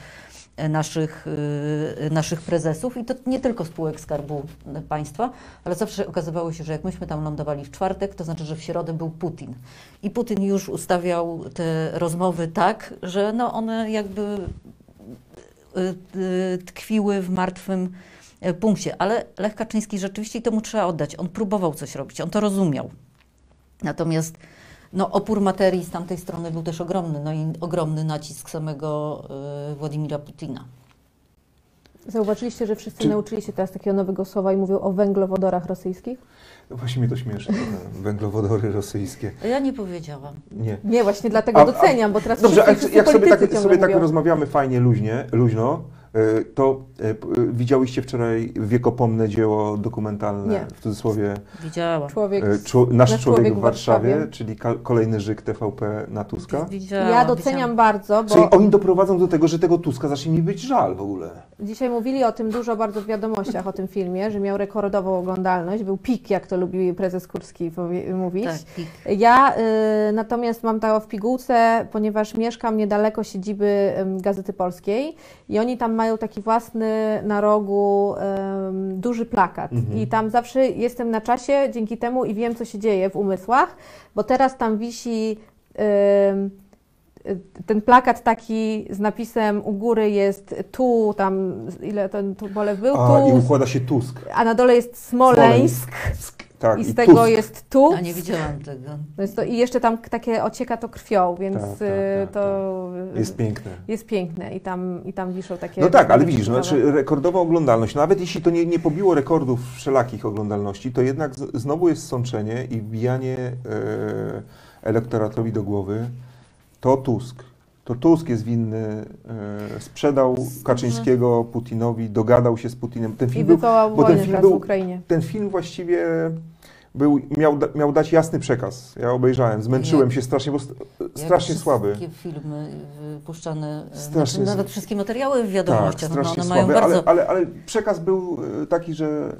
naszych prezesów i to nie tylko spółek Skarbu Państwa, ale zawsze okazywało się, że jak myśmy tam lądowali w czwartek, to znaczy, że w środę był Putin. I Putin już ustawiał te rozmowy tak, że one jakby tkwiły w martwym punkcie. Ale Lech Kaczyński rzeczywiście, i to mu trzeba oddać, on próbował coś robić, on to rozumiał. Natomiast opór materii z tamtej strony był też ogromny, i ogromny nacisk samego Władimira Putina. Zauważyliście, że wszyscy nauczyli się teraz takiego nowego słowa i mówią o węglowodorach rosyjskich? No właśnie mnie to śmieszy, węglowodory rosyjskie. Ja nie powiedziałam. Nie, właśnie dlatego doceniam, bo teraz dobrze, jak sobie tak rozmawiamy fajnie, luźno, to widziałyście wczoraj wiekopomne dzieło dokumentalne, w cudzysłowie, widziałam. Nasz człowiek w Warszawie, czyli kolejny żyk TVP na Tuska? Ja doceniam bardzo, bo... Czyli oni doprowadzą do tego, że tego Tuska zacznie mi być żal w ogóle. Dzisiaj mówili o tym dużo bardzo w wiadomościach o tym filmie, że miał rekordową oglądalność, był pik, jak to lubi prezes Kurski mówić. Tak, pik. Ja natomiast mam to w pigułce, ponieważ mieszkam niedaleko siedziby Gazety Polskiej i oni tam mają taki własny na rogu duży plakat i tam zawsze jestem na czasie dzięki temu i wiem, co się dzieje w umysłach, bo teraz tam wisi ten plakat taki z napisem u góry jest tu, tam ile ten Tupolew był, tu. I układa się Tusk. A na dole jest Smoleńsk. Tak, i z tego Tusk. Jest tu. A nie widziałam tego. I jeszcze tam takie ocieka to krwią, więc to jest piękne. Jest piękne i tam wiszą takie... No tak, ale widzisz, znaczy rekordowa oglądalność, nawet jeśli to nie pobiło rekordów wszelakich oglądalności, to jednak znowu jest sączenie i wbijanie elektoratowi do głowy. To Tusk jest winny, sprzedał Kaczyńskiego Putinowi, dogadał się z Putinem. Ten film I wywołał wojnę w Ukrainie. Ten film właściwie miał dać jasny przekaz. Ja obejrzałem, zmęczyłem się strasznie, bo strasznie słaby. Wszystkie filmy puszczane, nawet wszystkie materiały w wiadomościach, tak, strasznie one słabe, mają bardzo... ale przekaz był taki, że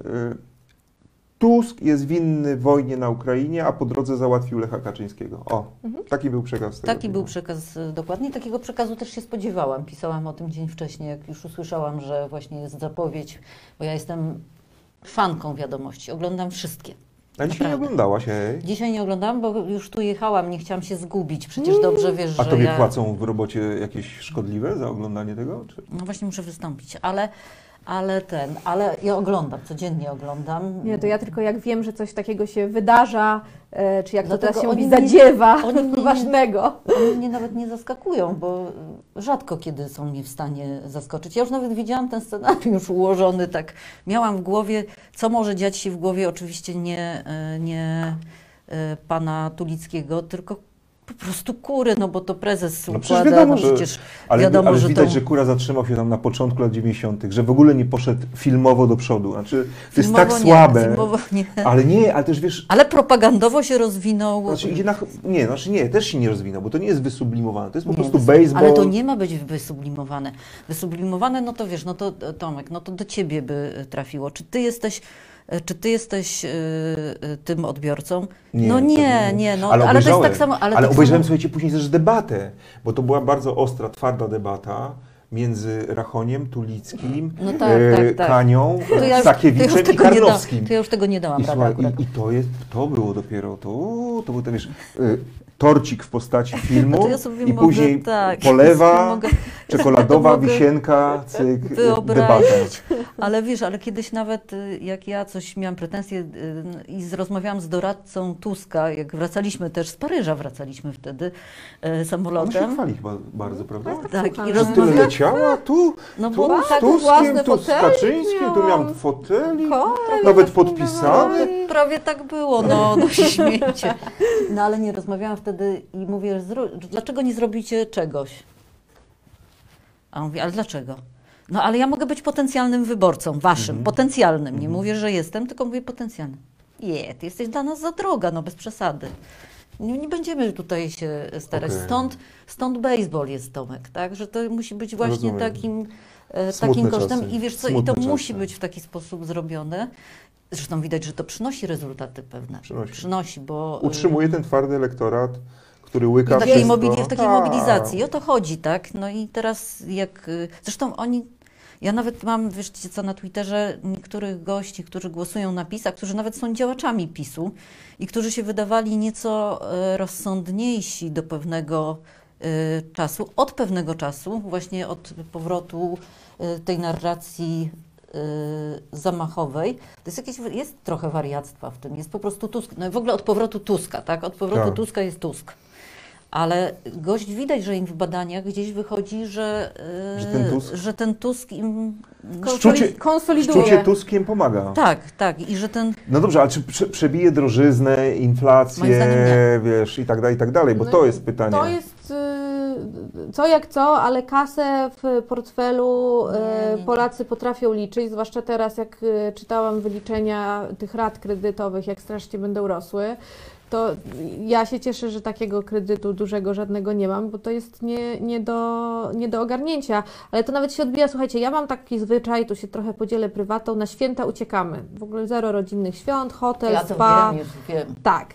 Tusk jest winny wojnie na Ukrainie, a po drodze załatwił Lecha Kaczyńskiego. Taki był przekaz. Taki był przekaz, dokładnie. Takiego przekazu też się spodziewałam. Pisałam o tym dzień wcześniej, jak już usłyszałam, że właśnie jest zapowiedź, bo ja jestem fanką wiadomości, oglądam wszystkie. A dzisiaj nie oglądałaś, hej? Dzisiaj nie oglądałam, bo już tu jechałam, nie chciałam się zgubić. Przecież dobrze wiesz, że A tobie płacą w robocie jakieś szkodliwe za oglądanie tego? Czy? No właśnie muszę wystąpić, ale ja oglądam, codziennie oglądam. Nie, to ja tylko jak wiem, że coś takiego się wydarza, czy jak to teraz się mówi, zadziewa ważnego. Oni mnie nawet nie zaskakują, bo rzadko kiedy są mnie w stanie zaskoczyć. Ja już nawet widziałam ten scenariusz ułożony tak. Miałam w głowie, co może dziać się w głowie, oczywiście nie pana Tulickiego, tylko po prostu kury, bo to prezes układa, wiadomo, przecież ale wiadomo, że widać, że Kura zatrzymał się tam na początku lat 90., że w ogóle nie poszedł filmowo do przodu. Znaczy, to jest tak słabe. Filmowo nie. Ale też wiesz... Ale propagandowo się rozwinął. Znaczy, też się nie rozwinął, bo to nie jest wysublimowane, to jest po prostu baseball. Ale to nie ma być wysublimowane. Wysublimowane, to wiesz, to Tomek, to do ciebie by trafiło. Czy ty jesteś tym odbiorcą? Nie. Ale to jest tak samo. Ale obejrzałem, słuchajcie, później też debatę, bo to była bardzo ostra, twarda debata między Rachoniem, Tulickim, Kanią, Sakiewiczem i Karnowskim. To ja już tego nie dałam rady. I to było dopiero, to był ten, wiesz, torcik w postaci filmu i później polewa. czekoladowa, mogę wisienka, cyk, debata. wyobrazić. Ale wiesz, ale kiedyś nawet jak ja coś miałam pretensje i rozmawiałam z doradcą Tuska, jak wracaliśmy też z Paryża, wracaliśmy wtedy On się samolotem. chwali chyba bardzo, prawda? Tak, i Tyle rozmawiałam. leciała, tu No tu bo z tak Tuskiem, własne tu z fotele Kaczyńskim, tu miałam. miałam foteli, Korek nawet też podpisane. mi prawie tak było, no się śmiejecie. No ale nie, rozmawiałam wtedy i mówię, dlaczego nie zrobicie czegoś? A on mówi, ale dlaczego? No ale ja mogę być potencjalnym wyborcą, waszym, potencjalnym. Nie mówię, że jestem, tylko mówię potencjalnym. Ty jesteś dla nas za droga, no bez przesady. Nie będziemy tutaj się starać. Okej. Stąd baseball jest, Tomek, tak? Że to musi być właśnie Rozumiem. takim Smutne kosztem. czasy. I wiesz co, i Smutne to musi czasy. być w taki sposób zrobione. Zresztą widać, że to przynosi rezultaty pewne. Przynosi. Bo Utrzymuje ten twardy elektorat, który łyka w takiej, wszystko. w takiej Tak. mobilizacji. O to chodzi, tak? No i teraz jak... Zresztą ja nawet mam, wiesz co, na Twitterze niektórych gości, którzy głosują na PiS, a którzy nawet są działaczami PiS-u i którzy się wydawali nieco rozsądniejsi do pewnego czasu, od pewnego czasu, właśnie od powrotu tej narracji zamachowej. To jest trochę wariactwa w tym, jest po prostu Tusk. No i w ogóle od powrotu Tuska, tak? Od powrotu Tak. Tuska jest Tusk. Ale gość widać, że im w badaniach gdzieś wychodzi, że ten Tusk im... konsoliduje. Szczucie Tuskiem pomaga. Tak. I że ten... No dobrze, ale czy przebije drożyznę, Moim inflację, zdaniem nie. wiesz, i tak dalej, bo No to jest pytanie. To jest co jak co, ale kasę w portfelu Nie. Polacy potrafią liczyć, zwłaszcza teraz jak czytałam wyliczenia tych rat kredytowych, jak strasznie będą rosły. To ja się cieszę, że takiego kredytu dużego żadnego nie mam, bo to jest nie do ogarnięcia. Ale to nawet się odbija, słuchajcie, ja mam taki zwyczaj, tu się trochę podzielę prywatą, na święta uciekamy. W ogóle 0 rodzinnych świąt, hotel, Ja to spa. wiem. Tak.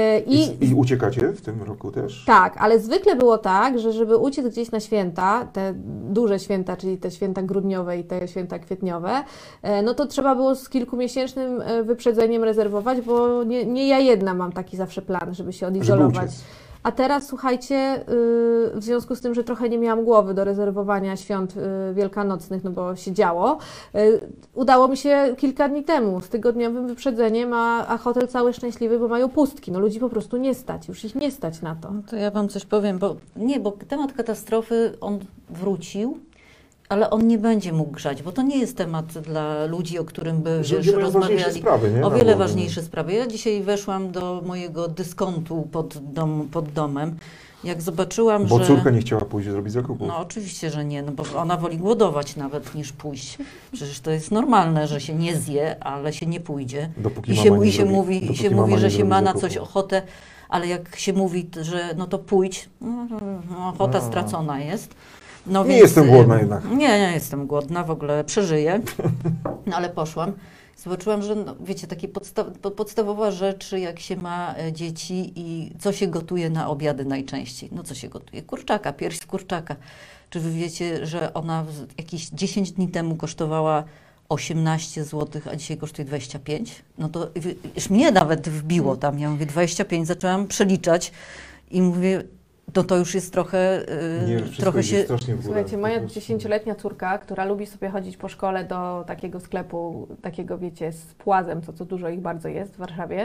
I uciekacie w tym roku też? Tak, ale zwykle było tak, że żeby uciec gdzieś na święta, te duże święta, czyli te święta grudniowe i te święta kwietniowe, no to trzeba było z kilkumiesięcznym wyprzedzeniem rezerwować, bo nie ja jedna mam taki zawsze plan, żeby się odizolować. uciec. A teraz słuchajcie, w związku z tym, że trochę nie miałam głowy do rezerwowania świąt wielkanocnych, no bo się działo, udało mi się kilka dni temu z tygodniowym wyprzedzeniem, a hotel cały szczęśliwy, bo mają pustki. No ludzi po prostu nie stać, już ich nie stać na to. To ja wam coś powiem, bo temat katastrofy, on wrócił, ale on nie będzie mógł grzać, bo to nie jest temat dla ludzi, o którym by Że wiesz, ludzie mają ważniejsze rozmawiali. sprawy, nie? O Na wiele głowie. ważniejsze sprawy. Ja dzisiaj weszłam do mojego dyskontu pod domem. Jak zobaczyłam, Bo że... córka nie chciała pójść zrobić zakupów. No oczywiście, że nie, no bo ona woli głodować nawet niż pójść. Przecież to jest normalne, że się nie zje, ale się nie pójdzie. Dopóki I mama się nie mówi, mama że nie się zrobi ma na zakupów. coś ochotę, ale jak się mówi, że no to pójdź, no, ochota stracona jest. No Nie więc, jestem głodna jednak. Nie jestem głodna, w ogóle przeżyję. No ale poszłam. Zobaczyłam, że no, wiecie, takie podstawowa rzecz, jak się ma dzieci i co się gotuje na obiady najczęściej. No co się gotuje? Kurczaka, pierś z kurczaka. Czy wy wiecie, że ona jakieś 10 dni temu kosztowała 18 zł, a dzisiaj kosztuje 25? No to już mnie nawet wbiło tam. Ja mówię 25, zaczęłam przeliczać i mówię, to już jest trochę, trochę się... strasznie w górę. Słuchajcie, moja Po prostu. 10-letnia córka, która lubi sobie chodzić po szkole do takiego sklepu, takiego wiecie, z płazem, co dużo ich bardzo jest w Warszawie.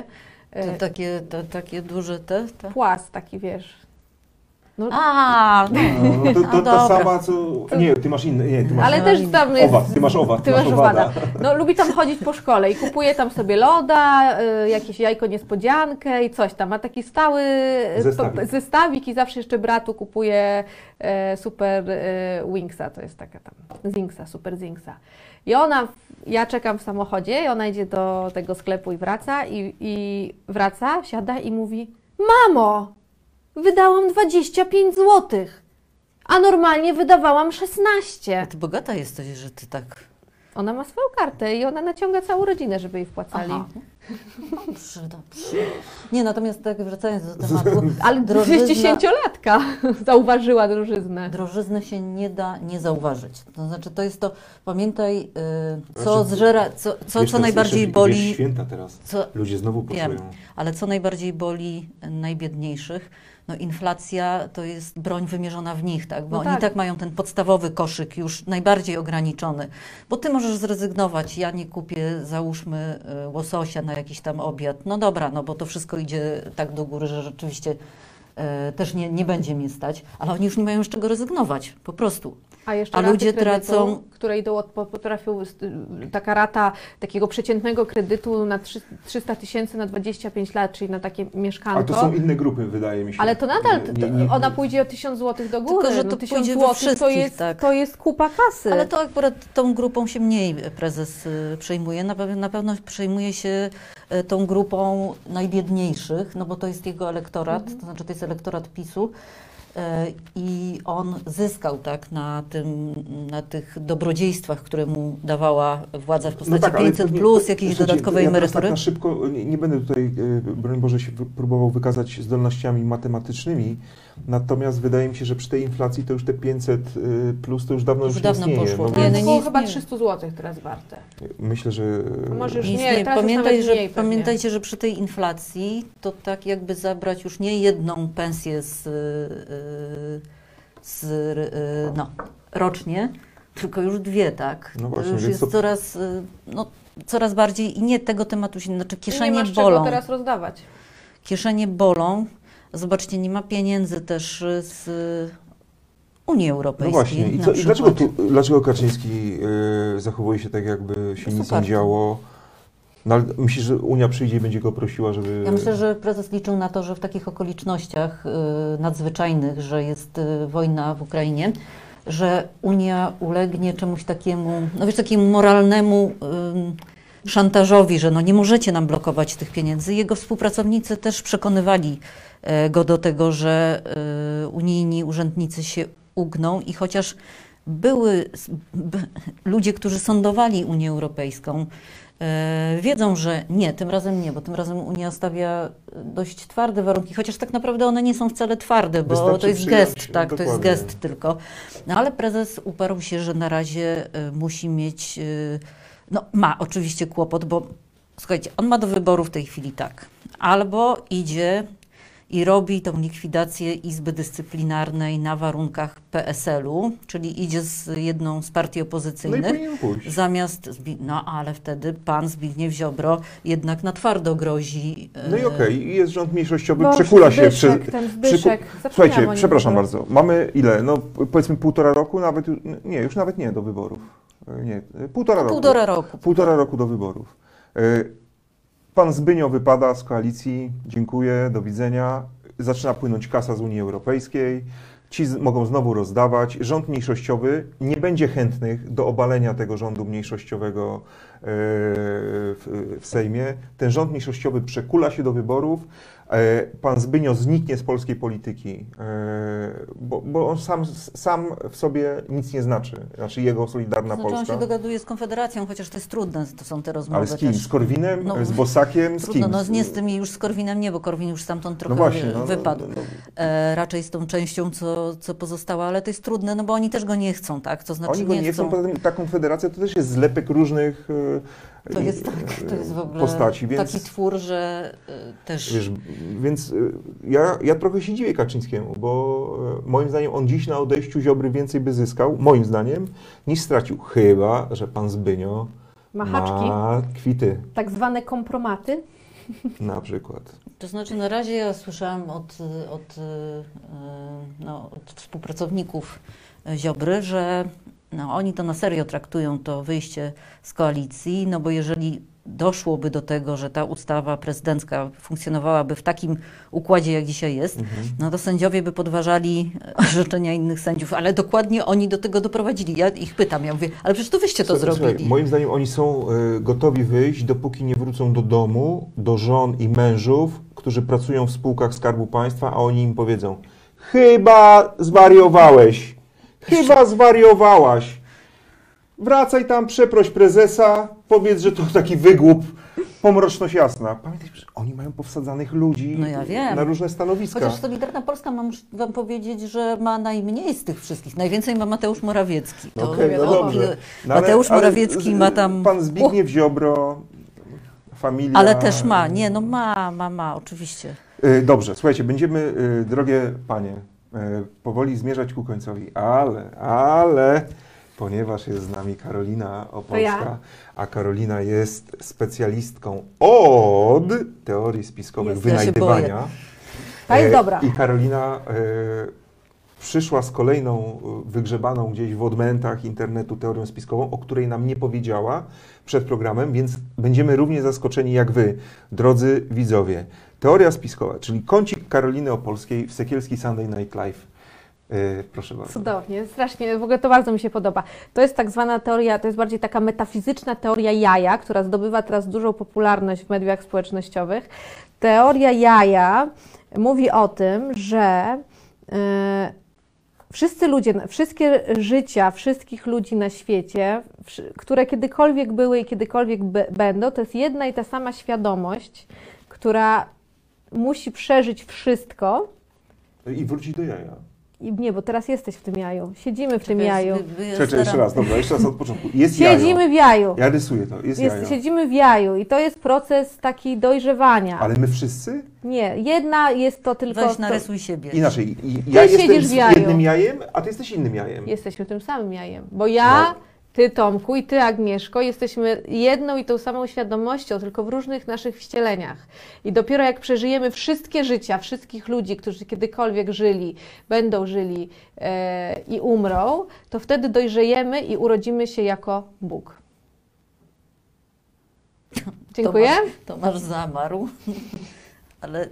Takie duże te? Płaz taki, wiesz. No, No, to ta dobra. sama, co... Nie, ty masz inne. Nie, ty masz ale też tam jest... owad, ty masz owad. Ty masz owada. No, lubi tam chodzić po szkole i kupuje tam sobie loda, jakieś jajko niespodziankę i coś tam. Ma taki stały zestawik i zawsze jeszcze bratu kupuje super Wingsa, to jest taka tam Zingsa, super Zingsa. I ja czekam w samochodzie i ona idzie do tego sklepu i wraca i wraca, siada i mówi: mamo, wydałam 25 zł, a normalnie wydawałam 16. Ty bogata jesteś, że ty tak... Ona ma swoją kartę i ona naciąga całą rodzinę, żeby jej wpłacali. Aha. Dobrze. Nie, natomiast tak wracając do tematu, Ale 10-latka zauważyła drożyznę. Drożyzny się nie da nie zauważyć. To znaczy, to jest to, pamiętaj, co Znaczy, zżera, Wiesz, co najbardziej boli... Wiesz, święta teraz. Co, Ludzie znowu wiem, pracują. ale co najbardziej boli najbiedniejszych, no inflacja to jest broń wymierzona w nich, tak? Bo No oni tak. tak mają ten podstawowy koszyk już najbardziej ograniczony, bo ty możesz zrezygnować, ja nie kupię, załóżmy, łososia na jakiś tam obiad, no dobra, no bo to wszystko idzie tak do góry, że rzeczywiście też nie będzie mnie stać, ale oni już nie mają z czego rezygnować, po prostu. A jeszcze A raty ludzie kredytu, tracą- które idą potrafią, taka rata takiego przeciętnego kredytu na 300 000 na 25 lat, czyli na takie mieszkanko. A to są inne grupy, wydaje mi się. Ale to nadal, Nie- ona pójdzie o 1000 zł do góry. Tylko, że no, to 1000 pójdzie we złotych wszystkich, to jest, tak. to jest kupa kasy. Ale to akurat tą grupą się mniej prezes przejmuje. Na pewno przejmuje się tą grupą najbiedniejszych, no bo to jest jego elektorat, to znaczy to jest elektorat PiS-u. I on zyskał tak na tych dobrodziejstwach, które mu dawała władza w postaci ale 500 pewnie- plus, jakiejś słuchajcie, dodatkowej ja teraz emerytury. Tak na szybko, nie będę tutaj, broń Boże, się próbował wykazać zdolnościami matematycznymi, natomiast wydaje mi się, że przy tej inflacji to już te 500 plus to już dawno Już już dawno nie istnieje. poszło. No Nie, więc no było nie chyba istnieje. 300 zł teraz warte. myślę, że Może już Nic nie, teraz Pamiętaj, już że, nawet mniej pewnie. pamiętajcie, że przy tej inflacji to tak jakby zabrać już nie jedną pensję rocznie, tylko już dwie, tak? No To właśnie, już więc jest coraz bardziej i nie tego tematu się, znaczy I nie kieszenie masz czego bolą. teraz rozdawać. Kieszenie bolą. Zobaczcie, nie ma pieniędzy też z Unii no Europejskiej. właśnie. I, na co, i dlaczego, przykład. dlaczego Kaczyński zachowuje się tak, jakby się nic nie Super. działo? No, ale myślisz, że Unia przyjdzie i będzie go prosiła, żeby... Ja myślę, że prezes liczył na to, że w takich okolicznościach nadzwyczajnych, że jest wojna w Ukrainie, że Unia ulegnie czemuś takiemu, no wiesz, takiemu moralnemu szantażowi, że no nie możecie nam blokować tych pieniędzy. Jego współpracownicy też przekonywali go do tego, że unijni urzędnicy się ugną i chociaż ludzie, którzy sądowali Unię Europejską, wiedzą, że nie, tym razem nie, bo tym razem Unia stawia dość twarde warunki, chociaż tak naprawdę one nie są wcale twarde, bo Wystarczy to jest przyjąć, gest, no tak, to jest dokładnie. gest tylko. No ale prezes uparł się, że na razie musi mieć, no ma oczywiście kłopot, bo słuchajcie, on ma do wyboru w tej chwili tak, albo idzie i robi tą likwidację Izby Dyscyplinarnej na warunkach PSL-u, czyli idzie z jedną z partii No i opozycyjnych, powinien pójść. zamiast, no ale wtedy pan Zbigniew Ziobro jednak na twardo grozi. No i okej, jest rząd mniejszościowy, Boże, przekula się... Zbyszek, ten Zbyszek. Zapomniałam Słuchajcie, o nim przepraszam w ogóle. bardzo, mamy ile? No powiedzmy 1,5 roku, nawet, nie, już nawet nie do wyborów. Nie, 1,5 roku. Półtora roku. 1,5 roku do wyborów. Pan Zbynio wypada z koalicji, dziękuję, do widzenia. Zaczyna płynąć kasa z Unii Europejskiej. Ci mogą znowu rozdawać. Rząd mniejszościowy nie będzie chętnych do obalenia tego rządu mniejszościowego w Sejmie. Ten rząd mniejszościowy przekula się do wyborów. Pan Zbynio zniknie z polskiej polityki, bo on sam w sobie nic nie znaczy. Znaczy jego Solidarna Znaczy on Polska. się dogaduje z Konfederacją, chociaż to jest trudne, to są te rozmowy Ale z kim? też. Z Korwinem? No, z Bosakiem? Z Trudno, kim? no nie z tymi już z Korwinem nie, bo Korwin już stamtąd trochę właśnie, wypadł. Raczej z tą częścią, co pozostała, ale to jest trudne, no bo oni też go nie chcą, tak? To znaczy Oni go nie chcą, poza tym ta konfederacja to też jest zlepek różnych To jest tak, to jest w ogóle postaci, więc, taki twór, że też... wiesz, więc ja trochę się dziwię Kaczyńskiemu, bo moim zdaniem on dziś na odejściu Ziobry więcej by zyskał, moim zdaniem, niż stracił. Chyba że pan Zbynio Machaczki, ma kwity tak zwane kompromaty. na przykład. To znaczy na razie ja słyszałam od współpracowników Ziobry, że no, oni to na serio traktują to wyjście z koalicji, no bo jeżeli doszłoby do tego, że ta ustawa prezydencka funkcjonowałaby w takim układzie, jak dzisiaj jest, no to sędziowie by podważali orzeczenia innych sędziów, ale dokładnie oni do tego doprowadzili. Ja ich pytam, ja mówię, ale przecież to wyście to Słuchaj, zrobili. moim zdaniem oni są gotowi wyjść, dopóki nie wrócą do domu, do żon i mężów, którzy pracują w spółkach Skarbu Państwa, a oni im powiedzą: chyba zwariowałeś, chyba zwariowałaś. Wracaj tam, przeproś prezesa, powiedz, że to taki wygłup, pomroczność jasna. Pamiętaj, że oni mają powsadzanych ludzi No ja wiem. na różne stanowiska. Chociaż Solidarna Polska, muszę wam powiedzieć, że ma najmniej z tych wszystkich. Najwięcej ma Mateusz Morawiecki. To Okej, no dobrze. No Mateusz Morawiecki ma tam... Pan Zbigniew Ziobro, familia... Ale też ma, nie, no ma, oczywiście. Dobrze, słuchajcie, będziemy, drogie panie, powoli zmierzać ku końcowi, ale ponieważ jest z nami Karolina Opolska, a Karolina jest specjalistką od teorii spiskowych, wynajdywania. Ta jest dobra. I Karolina przyszła z kolejną wygrzebaną gdzieś w odmętach internetu teorią spiskową, o której nam nie powiedziała przed programem, więc będziemy równie zaskoczeni jak wy, drodzy widzowie. Teoria spiskowa, czyli kącik Karoliny Opolskiej w Sekielski Sunday Night Live. Proszę bardzo. Cudownie, strasznie, w ogóle to bardzo mi się podoba. To jest tak zwana teoria, to jest bardziej taka metafizyczna teoria jaja, która zdobywa teraz dużą popularność w mediach społecznościowych. Teoria jaja mówi o tym, że wszyscy ludzie, wszystkie życia wszystkich ludzi na świecie, które kiedykolwiek były i kiedykolwiek będą, to jest jedna i ta sama świadomość, która musi przeżyć wszystko. I wrócić do jaja. I nie, bo teraz jesteś w tym jaju. Siedzimy w tym jaju. Czekaj, jeszcze raz, dobra, jeszcze raz od początku. Jest Siedzimy jajo. w jaju. Ja rysuję to, jest jajo. Siedzimy w jaju i to jest proces taki dojrzewania. Ale my wszyscy? Nie, jedna jest to tylko... Weź narysuj siebie. Inaczej, ja jestem siedzisz w jaju. jednym jajem, a ty jesteś innym jajem. Jesteśmy tym samym jajem. Bo ja, ty Tomku i ty Agnieszko jesteśmy jedną i tą samą świadomością, tylko w różnych naszych wcieleniach. I dopiero jak przeżyjemy wszystkie życia, wszystkich ludzi, którzy kiedykolwiek żyli, będą żyli i umrą, to wtedy dojrzejemy i urodzimy się jako Bóg. Dziękuję. Tomasz zamarł, ale...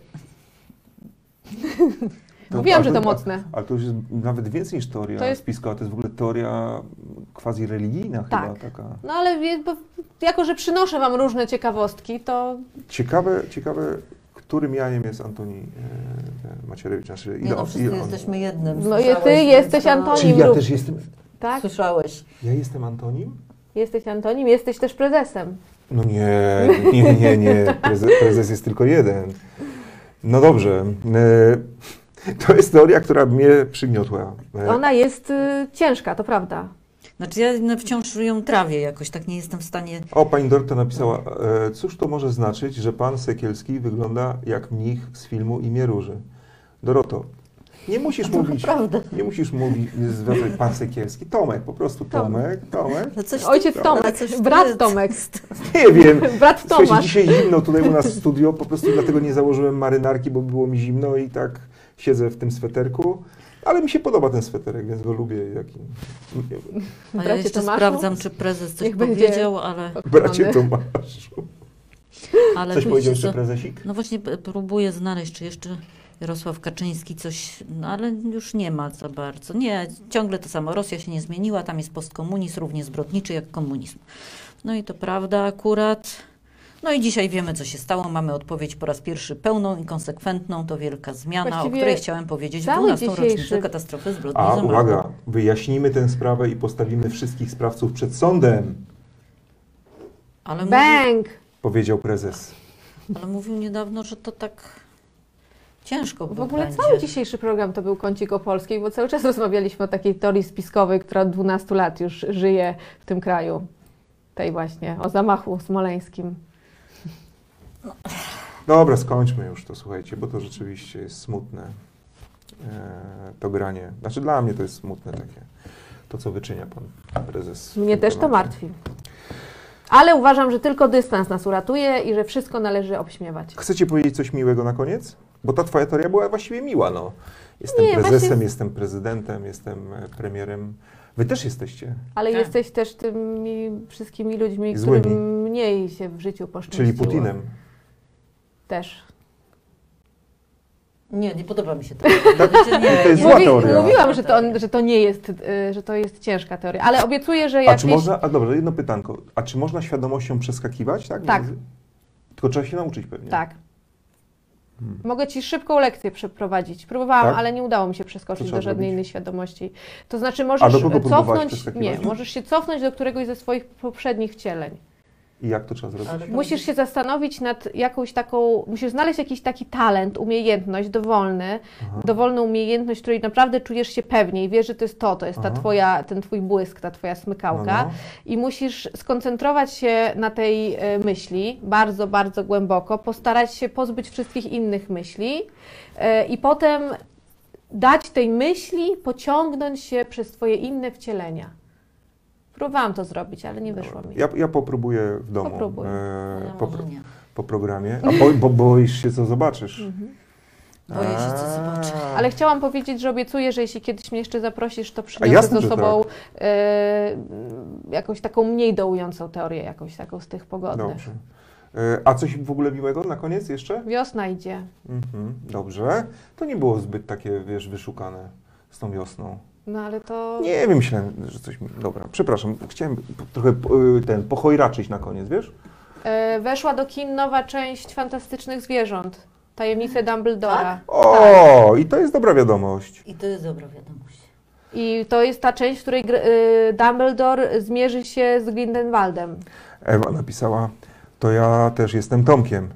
Mówiłam, że to mocne. Ale to już jest nawet więcej niż teoria spiskowa, to jest w ogóle teoria quasi-religijna chyba taka. No ale jako, że przynoszę wam różne ciekawostki, to... Ciekawe, którym jajem jest Antoni Macierewicz. Znaczy, wszyscy jesteśmy jednym. No i ty jesteś Antonim. Czyli ja też jestem... Tak? Słyszałeś. Ja jestem Antonim? Jesteś Antonim, jesteś też prezesem. No nie. Prezes jest tylko jeden. No dobrze. To jest teoria, która mnie przygniotła. Ona jest ciężka, to prawda. Znaczy ja wciąż ją trawię jakoś, tak nie jestem w stanie... O, pani Dorota napisała, cóż to może znaczyć, że pan Sekielski wygląda jak mnich z filmu Imię Róży? Doroto, nie musisz mówić, nie musisz mówić, zwracać pan Sekielski. Tomek, po prostu Tomek. Ojciec Tomek, brat Tomek. Nie wiem. Brat Słuchajcie, Tomasz. dzisiaj zimno tutaj u nas w studio, po prostu dlatego nie założyłem marynarki, bo było mi zimno i tak siedzę w tym sweterku. Ale mi się podoba ten sweterek, więc go lubię. A ja jeszcze sprawdzam, czy prezes coś powiedział, ale... Bracie Tomaszu. Ale coś powiedział jeszcze prezesik? No właśnie próbuję znaleźć, czy jeszcze Jarosław Kaczyński coś, no ale już nie ma za bardzo. Nie, ciągle to samo. Rosja się nie zmieniła, tam jest postkomunizm, równie zbrodniczy jak komunizm. No i to prawda akurat. No i dzisiaj wiemy, co się stało. Mamy odpowiedź po raz pierwszy pełną i konsekwentną. To wielka zmiana, właściwie o której chciałem powiedzieć w 12. rocznicę katastrofy zbrodni i zamachu. Uwaga, wyjaśnimy tę sprawę i postawimy wszystkich sprawców przed sądem. Ale Bang! Powiedział prezes. Ale mówił niedawno, że to tak ciężko W ogóle będzie. cały dzisiejszy program to był Kącik Opolskiej, bo cały czas rozmawialiśmy o takiej teorii spiskowej, która od 12 lat już żyje w tym kraju. Tej właśnie, o zamachu smoleńskim. Dobra, skończmy już to, słuchajcie, bo to rzeczywiście jest smutne. To granie. Znaczy dla mnie to jest smutne takie. To, co wyczynia pan prezes. Mnie też to martwi. Ale uważam, że tylko dystans nas uratuje i że wszystko należy obśmiewać. Chcecie powiedzieć coś miłego na koniec? Bo ta twoja teoria była właściwie miła, no. Jestem prezesem, jestem prezydentem, jestem premierem. Wy też jesteście. Ale jesteś też tymi wszystkimi ludźmi, Złymi. którym mniej się w życiu poszczęściło. Czyli Putinem. Też. Nie podoba mi się to. To jest zła teoria. Mówiłam, że to jest ciężka teoria, ale obiecuję, że A czy można, dobrze, jedno pytanko. A czy można świadomością przeskakiwać, tak? Tak. Tylko trzeba się nauczyć pewnie. Tak. Mogę Ci szybką lekcję przeprowadzić. Próbowałam, Tak? ale nie udało mi się przeskoczyć do żadnej innej świadomości. To znaczy A możesz do kogo próbowałaś cofnąć, przeskakiwać? możesz się cofnąć do któregoś ze swoich poprzednich wcieleń. I jak to trzeba zrobić? Musisz się zastanowić nad jakąś taką, musisz znaleźć jakiś taki talent, umiejętność, dowolną umiejętność, której naprawdę czujesz się pewnie i wiesz, że to jest ten twój błysk, ta twoja smykałka i musisz skoncentrować się na tej myśli bardzo, bardzo głęboko, postarać się pozbyć wszystkich innych myśli i potem dać tej myśli pociągnąć się przez twoje inne wcielenia. Próbowałam to zrobić, ale nie wyszło mi. Ja popróbuję w domu. Popróbuj. Po programie. A boisz się, co zobaczysz? Boję się, co zobaczę. Ale chciałam powiedzieć, że obiecuję, że jeśli kiedyś mnie jeszcze zaprosisz, to przyniosę ze sobą jakąś taką mniej dołującą teorię, jakąś taką z tych pogodnych. Dobrze. A coś w ogóle miłego na koniec jeszcze? Wiosna idzie. Dobrze. To nie było zbyt takie, wiesz, wyszukane z tą wiosną. No ale to... Nie wiem, myślałem, że coś... Dobra, przepraszam, chciałem trochę pochojraczyć na koniec, wiesz? Weszła do kin nowa część Fantastycznych Zwierząt. Tajemnice Dumbledora. Tak? O, i to jest dobra wiadomość. I to jest dobra wiadomość. I to jest ta część, w której Dumbledore zmierzy się z Grindelwaldem. Ewa napisała, to ja też jestem Tomkiem.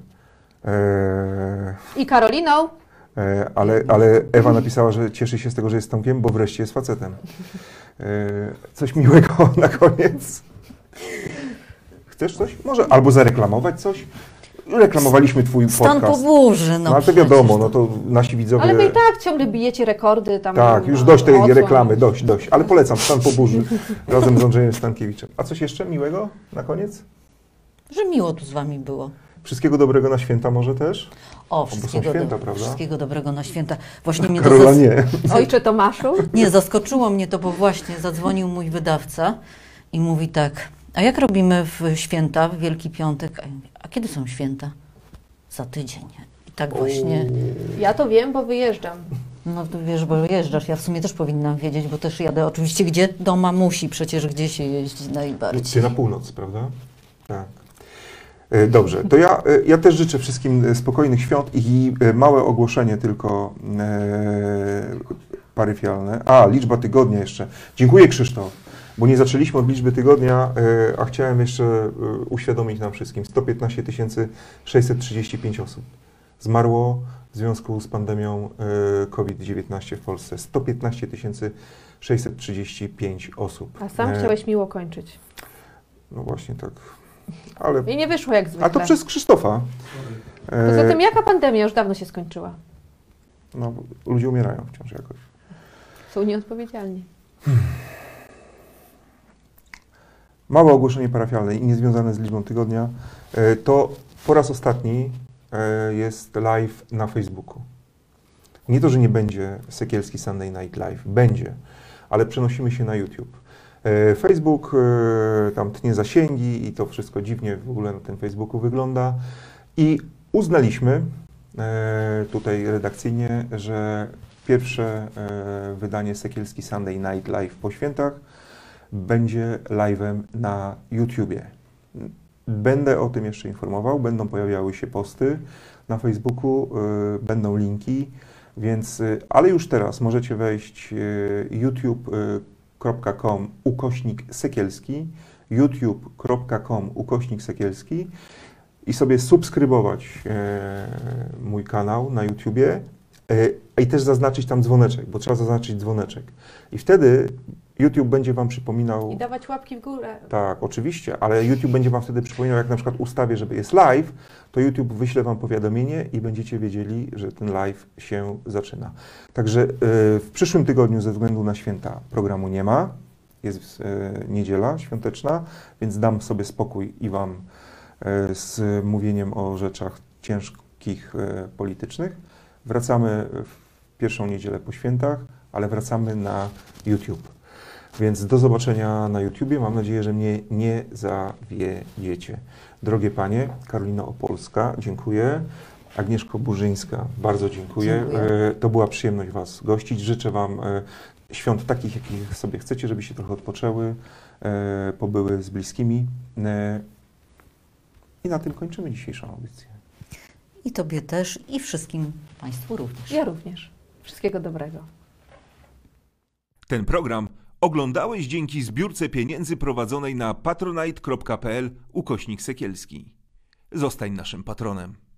I Karoliną. Ale Ewa napisała, że cieszy się z tego, że jest Tomkiem, bo wreszcie jest facetem. Coś miłego na koniec. Chcesz coś? Może albo zareklamować coś? Reklamowaliśmy twój Stan podcast. po burzy, no ale to wiadomo, no to nasi widzowie... Ale wy i tak ciągle bijecie rekordy tam. Tak, już dość tej reklamy, dość. Ale polecam, Stan po burzy, razem z Andrzejem Stankiewiczem. A coś jeszcze miłego na koniec? Że miło tu z wami było. Wszystkiego dobrego na święta może też? O, prawda? Wszystkiego dobrego na święta. Właśnie mnie Karola nie. Ojcze Tomaszu? Nie, zaskoczyło mnie to, bo właśnie zadzwonił mój wydawca i mówi tak, a jak robimy w święta, w Wielki Piątek? A kiedy są święta? Za tydzień. I tak właśnie... Ja to wiem, bo wyjeżdżam. No to wiesz, bo jeżdżasz. Ja w sumie też powinnam wiedzieć, bo też jadę oczywiście gdzie? Do mamusi przecież, gdzie się jeździ najbardziej. Na północ, prawda? Tak. Dobrze, to ja też życzę wszystkim spokojnych świąt i małe ogłoszenie tylko paryfialne. Liczba tygodnia jeszcze. Dziękuję, Krzysztof, bo nie zaczęliśmy od liczby tygodnia, a chciałem jeszcze uświadomić nam wszystkim. 115 635 osób zmarło w związku z pandemią COVID-19 w Polsce. 115 635 osób. A sam chciałeś miło kończyć. No właśnie tak. Ale... I nie wyszło jak zwykle. A to przez Krzysztofa. Poza tym jaka pandemia już dawno się skończyła? No, ludzie umierają wciąż jakoś. Są nieodpowiedzialni. Małe ogłoszenie parafialne i niezwiązane z liczbą tygodnia. To po raz ostatni jest live na Facebooku. Nie to, że nie będzie Sekielski Sunday Night Live. Będzie, ale przenosimy się na YouTube. Facebook tam tnie zasięgi i to wszystko dziwnie w ogóle na tym Facebooku wygląda. I uznaliśmy tutaj redakcyjnie, że pierwsze wydanie Sekielski Sunday Night Live po świętach będzie live'em na YouTubie. Będę o tym jeszcze informował, będą pojawiały się posty na Facebooku, będą linki, więc, ale już teraz możecie wejść youtube.com/Sekielski, youtube.com/Sekielski i sobie subskrybować mój kanał na YouTubie i też zaznaczyć tam dzwoneczek, bo trzeba zaznaczyć dzwoneczek. I wtedy YouTube będzie Wam przypominał... I dawać łapki w górę. Tak, oczywiście, ale YouTube będzie Wam wtedy przypominał, jak na przykład ustawię, żeby jest live, to YouTube wyśle Wam powiadomienie i będziecie wiedzieli, że ten live się zaczyna. Także w przyszłym tygodniu ze względu na święta programu nie ma, jest niedziela świąteczna, więc dam sobie spokój i Wam z mówieniem o rzeczach ciężkich politycznych. Wracamy w pierwszą niedzielę po świętach, ale wracamy na YouTube. Więc do zobaczenia na YouTubie. Mam nadzieję, że mnie nie zawiedziecie. Drogie Panie, Karolina Opolska, dziękuję. Agnieszko Burzyńska, bardzo dziękuję. To była przyjemność Was gościć. Życzę Wam świąt takich, jakich sobie chcecie, żebyście trochę odpoczęły, pobyły z bliskimi. I na tym kończymy dzisiejszą audycję. I Tobie też, i wszystkim Państwu również. Ja również. Wszystkiego dobrego. Ten program Oglądałeś dzięki zbiórce pieniędzy prowadzonej na patronite.pl/Sekielski. Zostań naszym patronem.